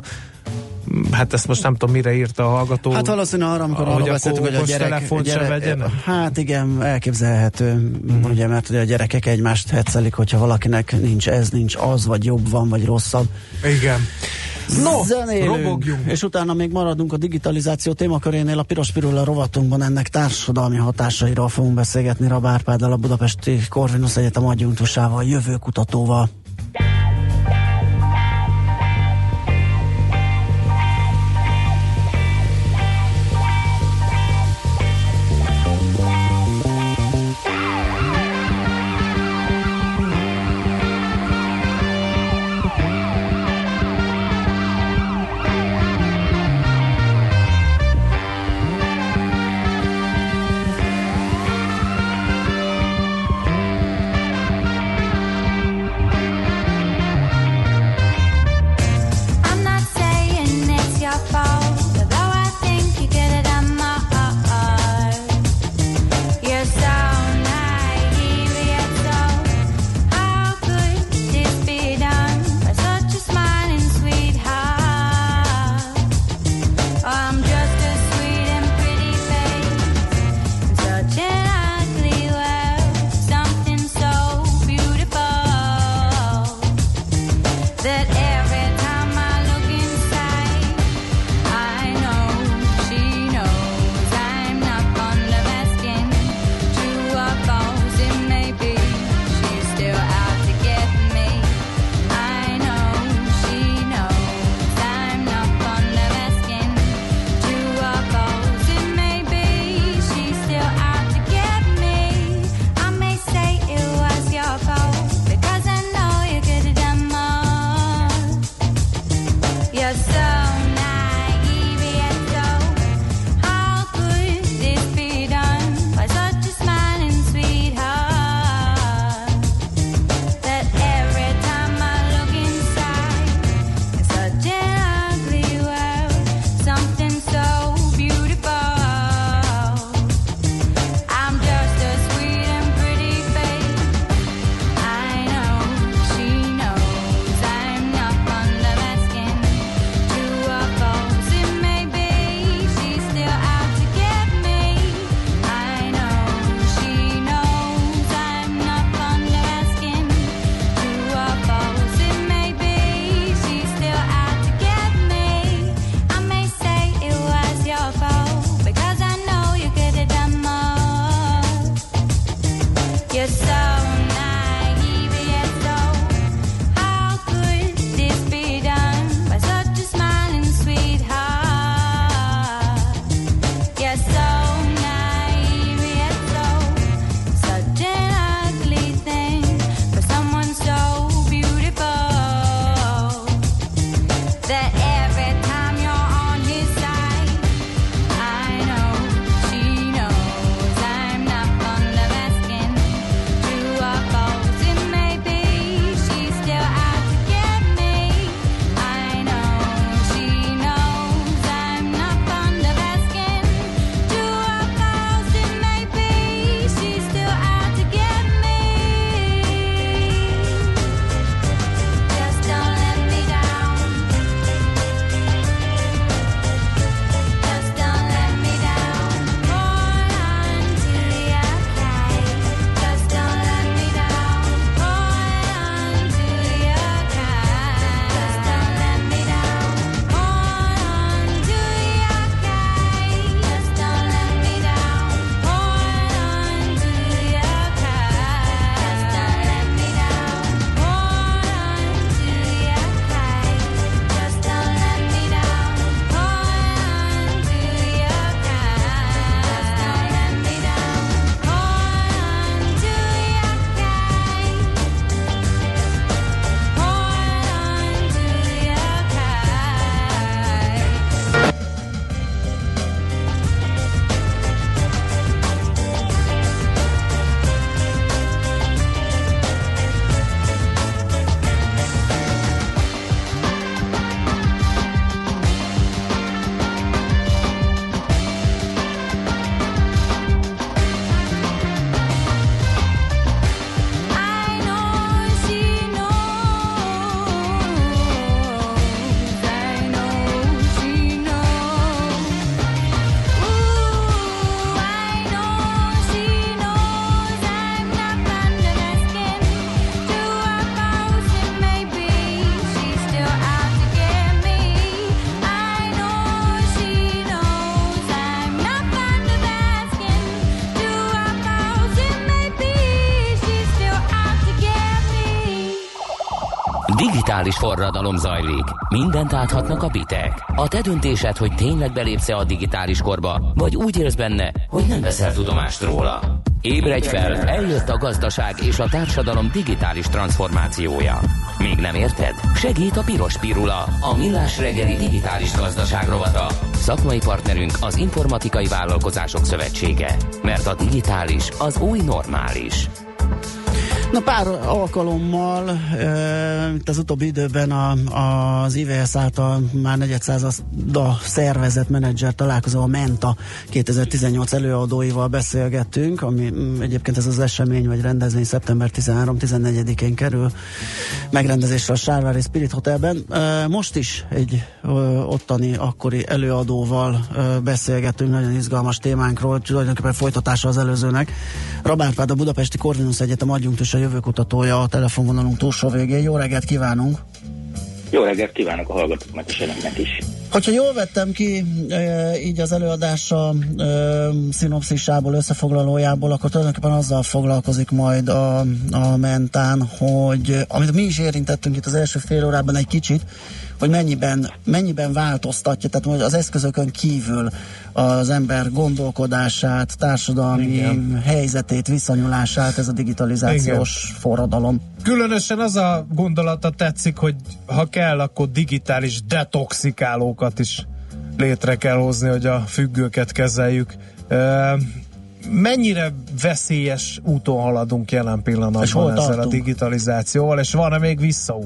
Hát ezt most nem tudom, mire írta a hallgató. Hát valószínűleg arra, amikor arra beszéltük, hogy a gyerek, gyerek hát igen, elképzelhető, uh-huh. ugye, mert ugye a gyerekek egymást hetszelik, hogyha valakinek nincs ez, nincs az, vagy jobb van, vagy rosszabb. Igen. No, zenélünk, robogjunk. És utána még maradunk a digitalizáció témakörénél, a Piros Pirulla rovatunkban ennek társadalmi hatásairól fogunk beszélgetni Rab Árpáddal, a Budapesti Corvinus Egyetem adjunktusával, jövőkutatóval. digitális forradalom zajlik. Mindent áthatnak a bitek. A te döntésed, hogy tényleg belépsz-e a digitális korba, vagy úgy élsz benne, hogy nem veszel tudomást róla. Ébredj fel, eljött a gazdaság és a társadalom digitális transformációja. Még nem érted? Segít a Piros Pirula, a Millás reggeli digitális gazdaság rovata. Szakmai partnerünk az Informatikai Vállalkozások Szövetsége. Mert a digitális az új normális. Na pár alkalommal e, itt az utóbbi időben a, az i vé es által már negyedszázada szervezett menedzser találkozó, a Menta kétezer-tizennyolc előadóival beszélgettünk, ami egyébként ez az esemény vagy rendezvény szeptember tizenharmadika-tizennegyedikén kerül megrendezésre a Sárvári Spirit Hotelben. E, most is egy e, ottani akkori előadóval e, beszélgettünk, nagyon izgalmas témánkról, tulajdonképpen folytatása az előzőnek. Rabán Árpád, a Budapesti Corvinus Egyetem adjunktus, a jövőkutatója a telefonvonalunk túlsó végén. Jó reggelt kívánunk! Jó reggelt kívánok a hallgatóknak és önöknek is! Hogyha jól vettem ki e, így az előadása e, szinopszisából, összefoglalójából, akkor tulajdonképpen azzal foglalkozik majd a, a Mentán, hogy amit mi is érintettünk itt az első fél órában egy kicsit, hogy mennyiben, mennyiben változtatja, tehát az eszközökön kívül az ember gondolkodását, társadalmi Igen. helyzetét, viszonyulását, ez a digitalizációs Igen. forradalom. Különösen az a gondolata tetszik, hogy ha kell, akkor digitális detoxikálókat is létre kell hozni, hogy a függőket kezeljük. Mennyire veszélyes úton haladunk jelen pillanatban ezzel tartunk? A digitalizációval, és van-e még visszaút?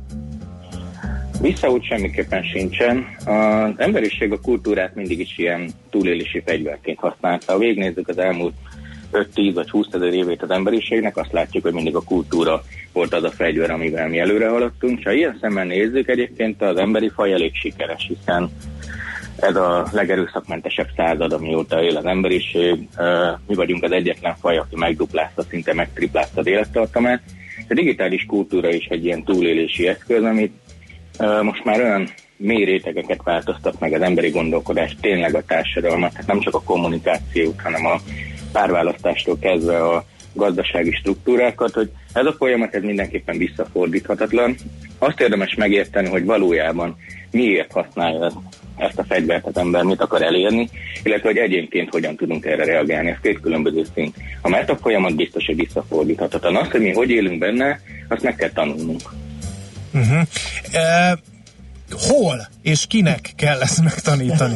Visszaút semmiképpen sincsen. Az emberiség a kultúrát mindig is ilyen túlélési fegyverként használta. Ha végignézzük az elmúlt öt-tíz vagy húszezer évét az emberiségnek, azt látjuk, hogy mindig a kultúra volt az a fegyver, amivel mi előre haladtunk. És ha ilyen szemmel nézzük, egyébként az emberi faj elég sikeres, hiszen ez a legerőszakmentesebb század, amióta él az emberiség. Mi vagyunk az egyetlen faj, aki megduplázta, szinte megtriplázta az élettartamát. A digitális kultúra is egy ilyen túlélési eszköz, amit most már olyan mély rétegeket változtat meg az emberi gondolkodást, tényleg a társadalmat, tehát nem csak a kommunikációt, hanem a párválasztástól kezdve a gazdasági struktúrákat, hogy ez a folyamat ez mindenképpen visszafordíthatatlan. Azt érdemes megérteni, hogy valójában miért használja ezt a fegyvert az ember, mit akar elérni, illetve hogy egyénként hogyan tudunk erre reagálni. Ez két különböző szint. A meta folyamat biztos, hogy visszafordíthatatlan. Azt, hogy mi hogy élünk benne, azt meg kell tanulnunk. Uh-huh. Uh, hol és kinek kell ezt megtanítani?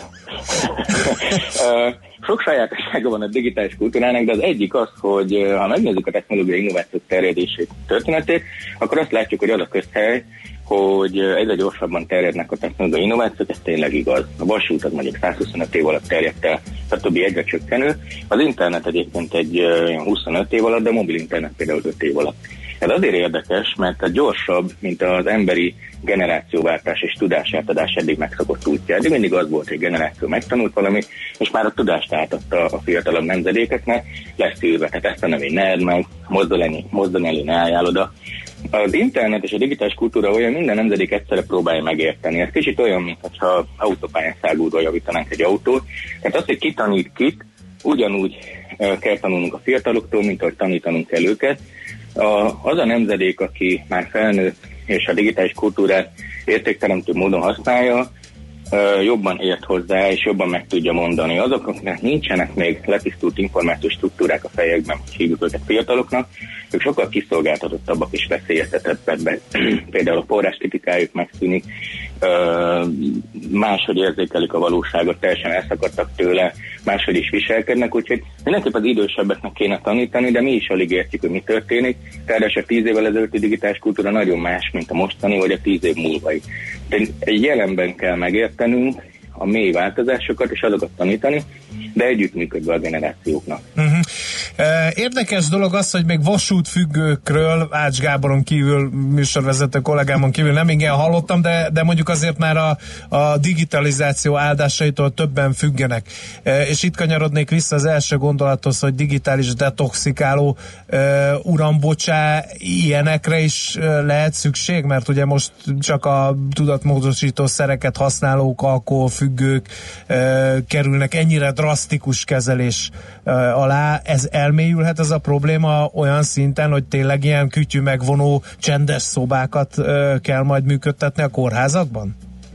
uh, sok sajátossága van a digitális kultúrának, de az egyik az, hogy ha megnézzük a technológiai innovációk terjedését, történetét, akkor azt látjuk, hogy az a közhely, hogy egyre gyorsabban terjednek a technológiai innovációk, ez tényleg igaz. A vasút az mondjuk száz huszonöt év alatt terjedt el, a többi egyre csökkenő. Az internet egyébként egy olyan huszonöt év alatt, de a mobil internet például öt év alatt. Ez azért érdekes, mert a gyorsabb, mint az emberi generációváltás és tudásátadás eddig megszokott útja. Eddig mindig az volt, hogy generáció megtanult valamit, és már a tudást átadta a fiatalabb nemzedékeknek, lesz ülve, tehát ezt a növény ne edd meg, mozdon elé ne álljál oda. Az internet és a digitális kultúra olyan, minden nemzedék egyszerre próbálja megérteni. Ez kicsit olyan, mintha autópályán szágúdva javítanánk egy autót. Tehát az, hogy ki tanít kit, ugyanúgy kell tanulnunk a fiataloktól, mint ahogy tanítanunk kell őket. A, az a nemzedék, aki már felnőtt és a digitális kultúrát értékteremtő módon használja, jobban ért hozzá és jobban meg tudja mondani. Azok, akiknek nincsenek még letisztult információs struktúrák a fejekben, hogy hívjuk őket fiataloknak, ők sokkal kiszolgáltatottabbak és veszélyeztetettebbek. Például a forráskritikájuk megszűnik, máshogy érzékelik a valóságot, teljesen elszakadtak tőle, máshogy is viselkednek, úgyhogy mindenképp az idősebbeknek kéne tanítani, de mi is alig értjük, hogy mi történik. Tehát a tíz évvel ezelőtti digitális kultúra nagyon más, mint a mostani, vagy a tíz év múlvai. Egy jelenben kell megértenünk a mély változásokat, és azokat tanítani, de együttműködve a generációknak. Uh-huh. Érdekes dolog az, hogy még vasútfüggőkről Ács Gáboron kívül, műsorvezető kollégámon kívül nem igen hallottam, de, de mondjuk azért már a, a digitalizáció áldásaitól többen függenek. És itt kanyarodnék vissza az első gondolathoz, hogy digitális detoxikáló, uram, bocsá, ilyenekre is lehet szükség, mert ugye most csak a tudatmódosító szereket használók, alkoholfüggők kerülnek ennyire drasztikus kezelés alá, alá ez elmélyülhet ez a probléma olyan szinten, hogy tényleg ilyen kütyű megvonó csendes szobákat ö, kell majd működtetni a kórházakban?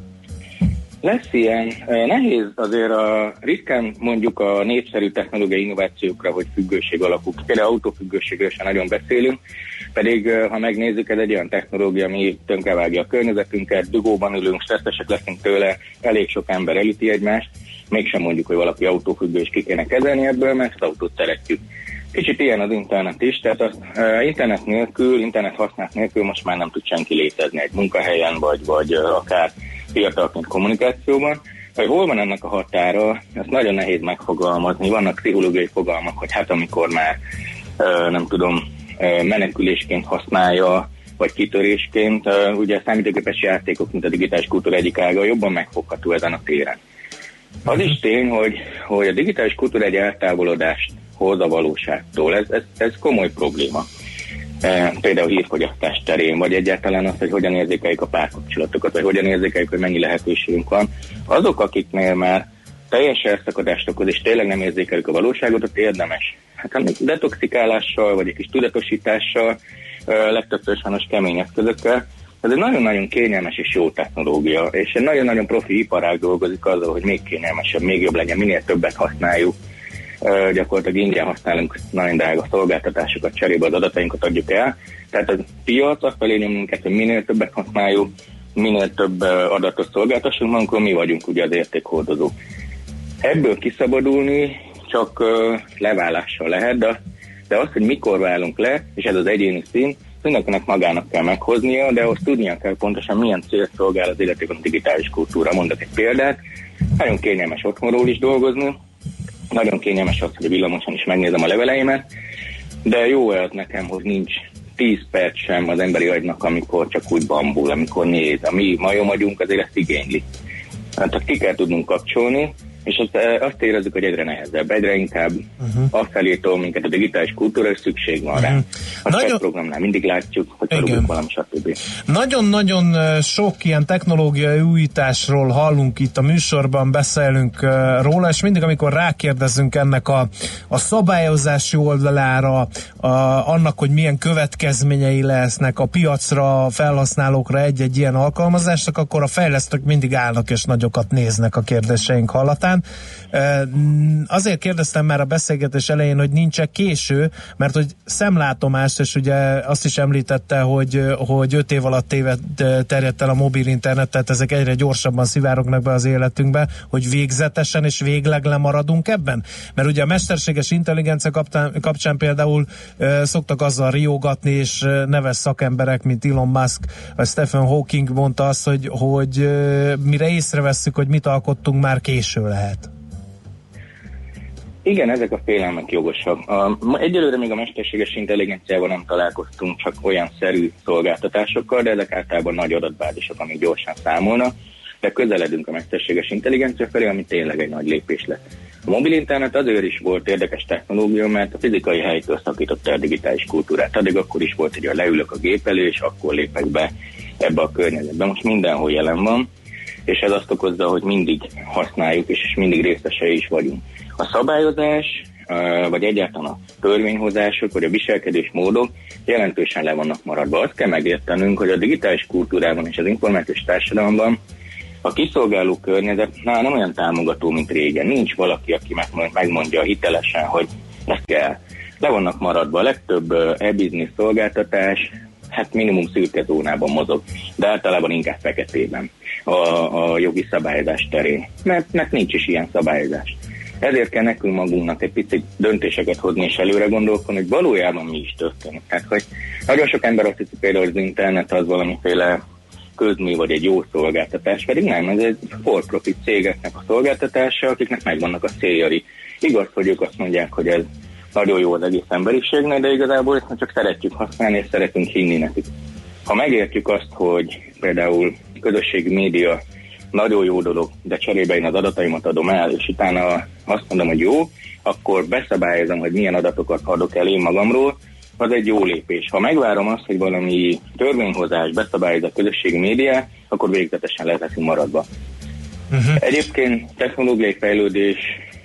Lesz ilyen. Nehéz azért a ritkán mondjuk a népszerű technológiai innovációkra, hogy függőség alakul. Például autófüggőségről sem nagyon beszélünk, pedig ha megnézzük, ez egy olyan technológia, ami tönkrevágja a környezetünket, dugóban ülünk, stresszesek leszünk tőle, elég sok ember elüti egymást, mégsem mondjuk, hogy valaki autófüggő és ki kéne kezelni ebből, mert az autót szeretjük. Kicsit ilyen az internet is, tehát az uh, internet nélkül, internet használat nélkül most már nem tud senki létezni egy munkahelyen, vagy, vagy uh, akár fiatalként kommunikációban. Hogy hol van ennek a határa, ezt nagyon nehéz megfogalmazni. Vannak pszichológiai fogalmak, hogy hát amikor már uh, nem tudom, uh, menekülésként használja, vagy kitörésként, uh, ugye a számítógépes játékok, mint a digitális kultúra egyik ága jobban megfogható ezen a téren. Az is tény, hogy, hogy a digitális kultúra egy eltávolodást hoz a valóságtól. Ez, ez, ez komoly probléma. E, például hírfogyasztás terén, vagy egyáltalán az, hogy hogyan érzékeljük a párkapcsolatokat, vagy hogyan érzékeljük, hogy mennyi lehetőségünk van. Azok, akiknél már teljes elszakadást okoz, és tényleg nem érzékeljük a valóságot, ott érdemes. Hát detoxikálással, vagy egy kis tudatosítással, legtöbbször sajnos kemény eszközökkel. Ez egy nagyon-nagyon kényelmes és jó technológia, és egy nagyon-nagyon profi iparág dolgozik azzal, hogy még kényelmesebb, még jobb legyen, minél többet használjuk. Uh, gyakorlatilag ingyen használunk nagyon drága szolgáltatásokat, cserébe az adatainkat adjuk el. Tehát a piac afelé nyom minket, hogy minél többet használjuk, minél több uh, adatot szolgáltassunk, amikor mi vagyunk ugye az értékhordozók. Ebből kiszabadulni csak uh, leválással lehet, de, de az, hogy mikor válunk le, és ez az egyéni szín, mindenkinek magának kell meghoznia, de ahhoz tudnia kell pontosan milyen célt szolgál az életében a digitális kultúra. Mondok egy példát, nagyon kényelmes otthonról is dolgozni, nagyon kényelmes az, hogy a villamoson is megnézem a leveleimet, de jó az nekem, hogy nincs tíz perc sem az emberi agynak, amikor csak úgy bambul, amikor néz. A mi majom agyunk azért ezt igényli. Tehát ki kell tudnunk kapcsolni, és azt, azt érezzük, hogy egyre nehezebb, egyre inkább uh-huh. afelé tol minket a digitális kultúra, és szükség van rá. Uh-huh. A nagyon... programnál mindig látjuk, hogy tudunk valami, stb. Nagyon-nagyon sok ilyen technológiai újításról hallunk itt a műsorban, beszélünk róla, és mindig, amikor rákérdezünk ennek a, a szabályozási oldalára, a, annak, hogy milyen következményei lesznek a piacra, a felhasználókra egy-egy ilyen alkalmazásnak, akkor a fejlesztők mindig állnak és nagyokat néznek a kérdéseink hallatán. Azért kérdeztem már a beszélgetés elején, hogy nincs-e késő, mert hogy szemlátomást, és ugye azt is említette, hogy, hogy öt év alatt téved terjedt el a mobil internet, tehát ezek egyre gyorsabban szivárognak be az életünkbe, hogy végzetesen és végleg lemaradunk ebben? Mert ugye a mesterséges intelligencia kapcsán, kapcsán például e, szoktak azzal riogatni, és neves szakemberek, mint Elon Musk vagy Stephen Hawking mondta azt, hogy, hogy e, mire észrevesszük, hogy mit alkottunk, már késő lehet. Igen, ezek a félelmek jogosak. A, egyelőre még a mesterséges intelligenciával nem találkoztunk, csak olyan szerű szolgáltatásokkal, de ezek általában nagy adatbázisok, amik gyorsan számolnak, de közeledünk a mesterséges intelligencia felé, ami tényleg egy nagy lépés lett. A mobil internet azért is volt érdekes technológia, mert a fizikai helytől szakította a digitális kultúrát. Addig akkor is volt, hogy leülök a gép elé, és akkor lépek be ebbe a környezetbe. Most mindenhol jelen van, és ez azt okozza, hogy mindig használjuk, és mindig részesei is vagyunk. A szabályozás, vagy egyáltalán a törvényhozások, vagy a viselkedésmódok jelentősen le vannak maradva. Azt kell megértenünk, hogy a digitális kultúrában és az információs társadalomban a kiszolgáló környezet na, nem olyan támogató, mint régen. Nincs valaki, aki megmondja hitelesen, hogy ezt kell. Le vannak maradva. A legtöbb e-business szolgáltatás hát minimum szürke zónában mozog, de általában inkább feketében a, a jogi szabályozás terén, mert, mert nincs is ilyen szabályozás. Ezért kell nekünk magunknak egy picit döntéseket hozni és előre gondolkodni, hogy valójában mi is történik. Tehát, hogy nagyon sok ember azt hiszi például, hogy az internet az valamiféle közmű vagy egy jó szolgáltatás, pedig nem, ez egy for-profit cégeknek a szolgáltatása, akiknek megvannak a céljai. Igaz, hogy ők azt mondják, hogy ez nagyon jó az egész emberiségnek, de igazából ezt csak szeretjük használni, és szeretünk hinni nekik. Ha megértjük azt, hogy például közösségi média nagyon jó dolog, de cserébe én az adataimat adom el, és utána azt mondom, hogy jó, akkor beszabályozom, hogy milyen adatokat adok el én magamról, az egy jó lépés. Ha megvárom azt, hogy valami törvényhozás beszabályoz a közösségi média, akkor végzetesen le leszünk maradva. Uh-huh. Egyébként technológiai fejlődés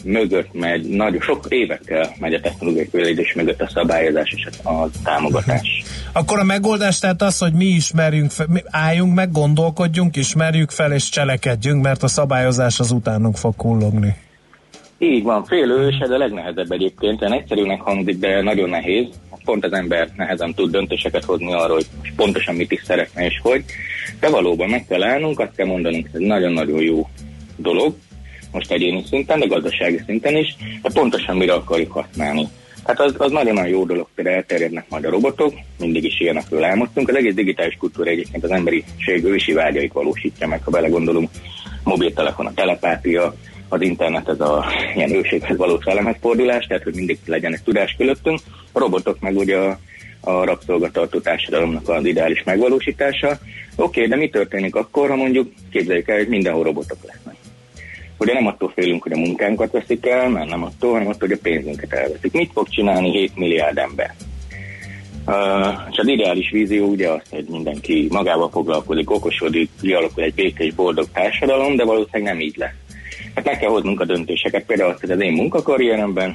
mögött megy, nagyon sok évekkel megy a technológiai fejlődés mögött a szabályozás és a támogatás. Akkor a megoldás tehát az, hogy mi ismerjünk fel, mi álljunk meg, gondolkodjunk, ismerjük fel és cselekedjünk, mert a szabályozás az utánunk fog kullogni. Így van, félős, ez a legnehezebb egyébként, olyan egyszerűnek hangzik, de nagyon nehéz. Pont az ember nehezen tud döntéseket hozni arról, hogy pontosan mit is szeretne és hogy. De valóban meg kell állnunk, azt kell mondanunk, hogy ez nagyon-nagyon jó dolog, most egyéni szinten, de gazdasági szinten is, de pontosan mire akarjuk használni. Tehát az, az nagyon-nagyon jó dolog, például elterjednek majd a robotok, mindig is ilyenekről álmodtunk. Az egész digitális kultúra egyébként az emberiség ősi vágyait valósítja meg, ha belegondolunk, mobiltelefon, a telepátia, az internet, ez a ilyen őséghez való szellemhez fordulás, tehát hogy mindig legyen egy tudás körülöttünk. A robotok meg ugye a, a rabszolgatartó társadalomnak az ideális megvalósítása. Oké, okay, de mi történik akkor, ha mondjuk képzeljük el, hogy mindenhol robotok lesznek? Ugye nem attól félünk, hogy a munkánkat veszik el, mert nem attól, hanem attól, hogy a pénzünket elveszik. Mit fog csinálni hét milliárd ember? Uh, és az ideális vízió ugye az, hogy mindenki magával foglalkozik, okosodik, kialakul egy békés, boldog társadalom, de valószínűleg nem így lesz. Hát meg kell hoznunk a döntéseket, például azt, hogy az én munkakarrieremben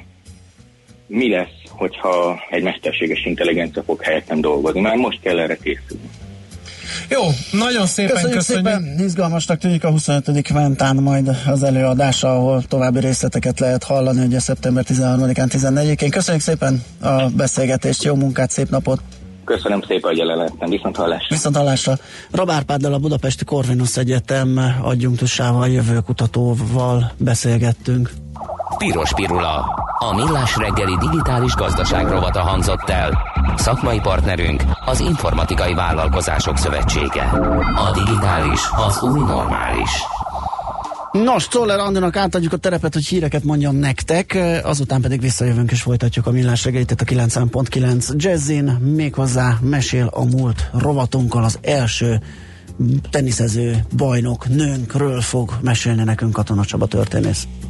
mi lesz, hogyha egy mesterséges intelligencia fog helyettem dolgozni. Már most kell erre készülni. Jó, nagyon szépen köszönjük. köszönjük. Szépen izgalmasnak tűnik a huszonötödik Ventán majd az előadása, ahol további részleteket lehet hallani, ugye szeptember tizenharmadikán, tizennegyedikén. Köszönjük szépen a beszélgetést, jó munkát, szép napot! Köszönöm szépen, hogy jelenlettem. Viszont hallásra. Viszont hallásra. Rabár Árpáddal, a Budapesti Corvinus Egyetem adjunktusával, jövőkutatóval beszélgettünk. Piros pirula. A millás reggeli digitális gazdaság rovata hangzott el. Szakmai partnerünk az Informatikai Vállalkozások Szövetsége. A digitális az új normális. Nos, Czoller Andinak átadjuk a terepet, hogy híreket mondjon nektek, azután pedig visszajövünk és folytatjuk a millás reggelit a kilencven pont kilenc Jazzin, méghozzá mesél a múlt rovatunkkal az első teniszező bajnok nőnkről fog mesélni nekünk Katona Csaba történész.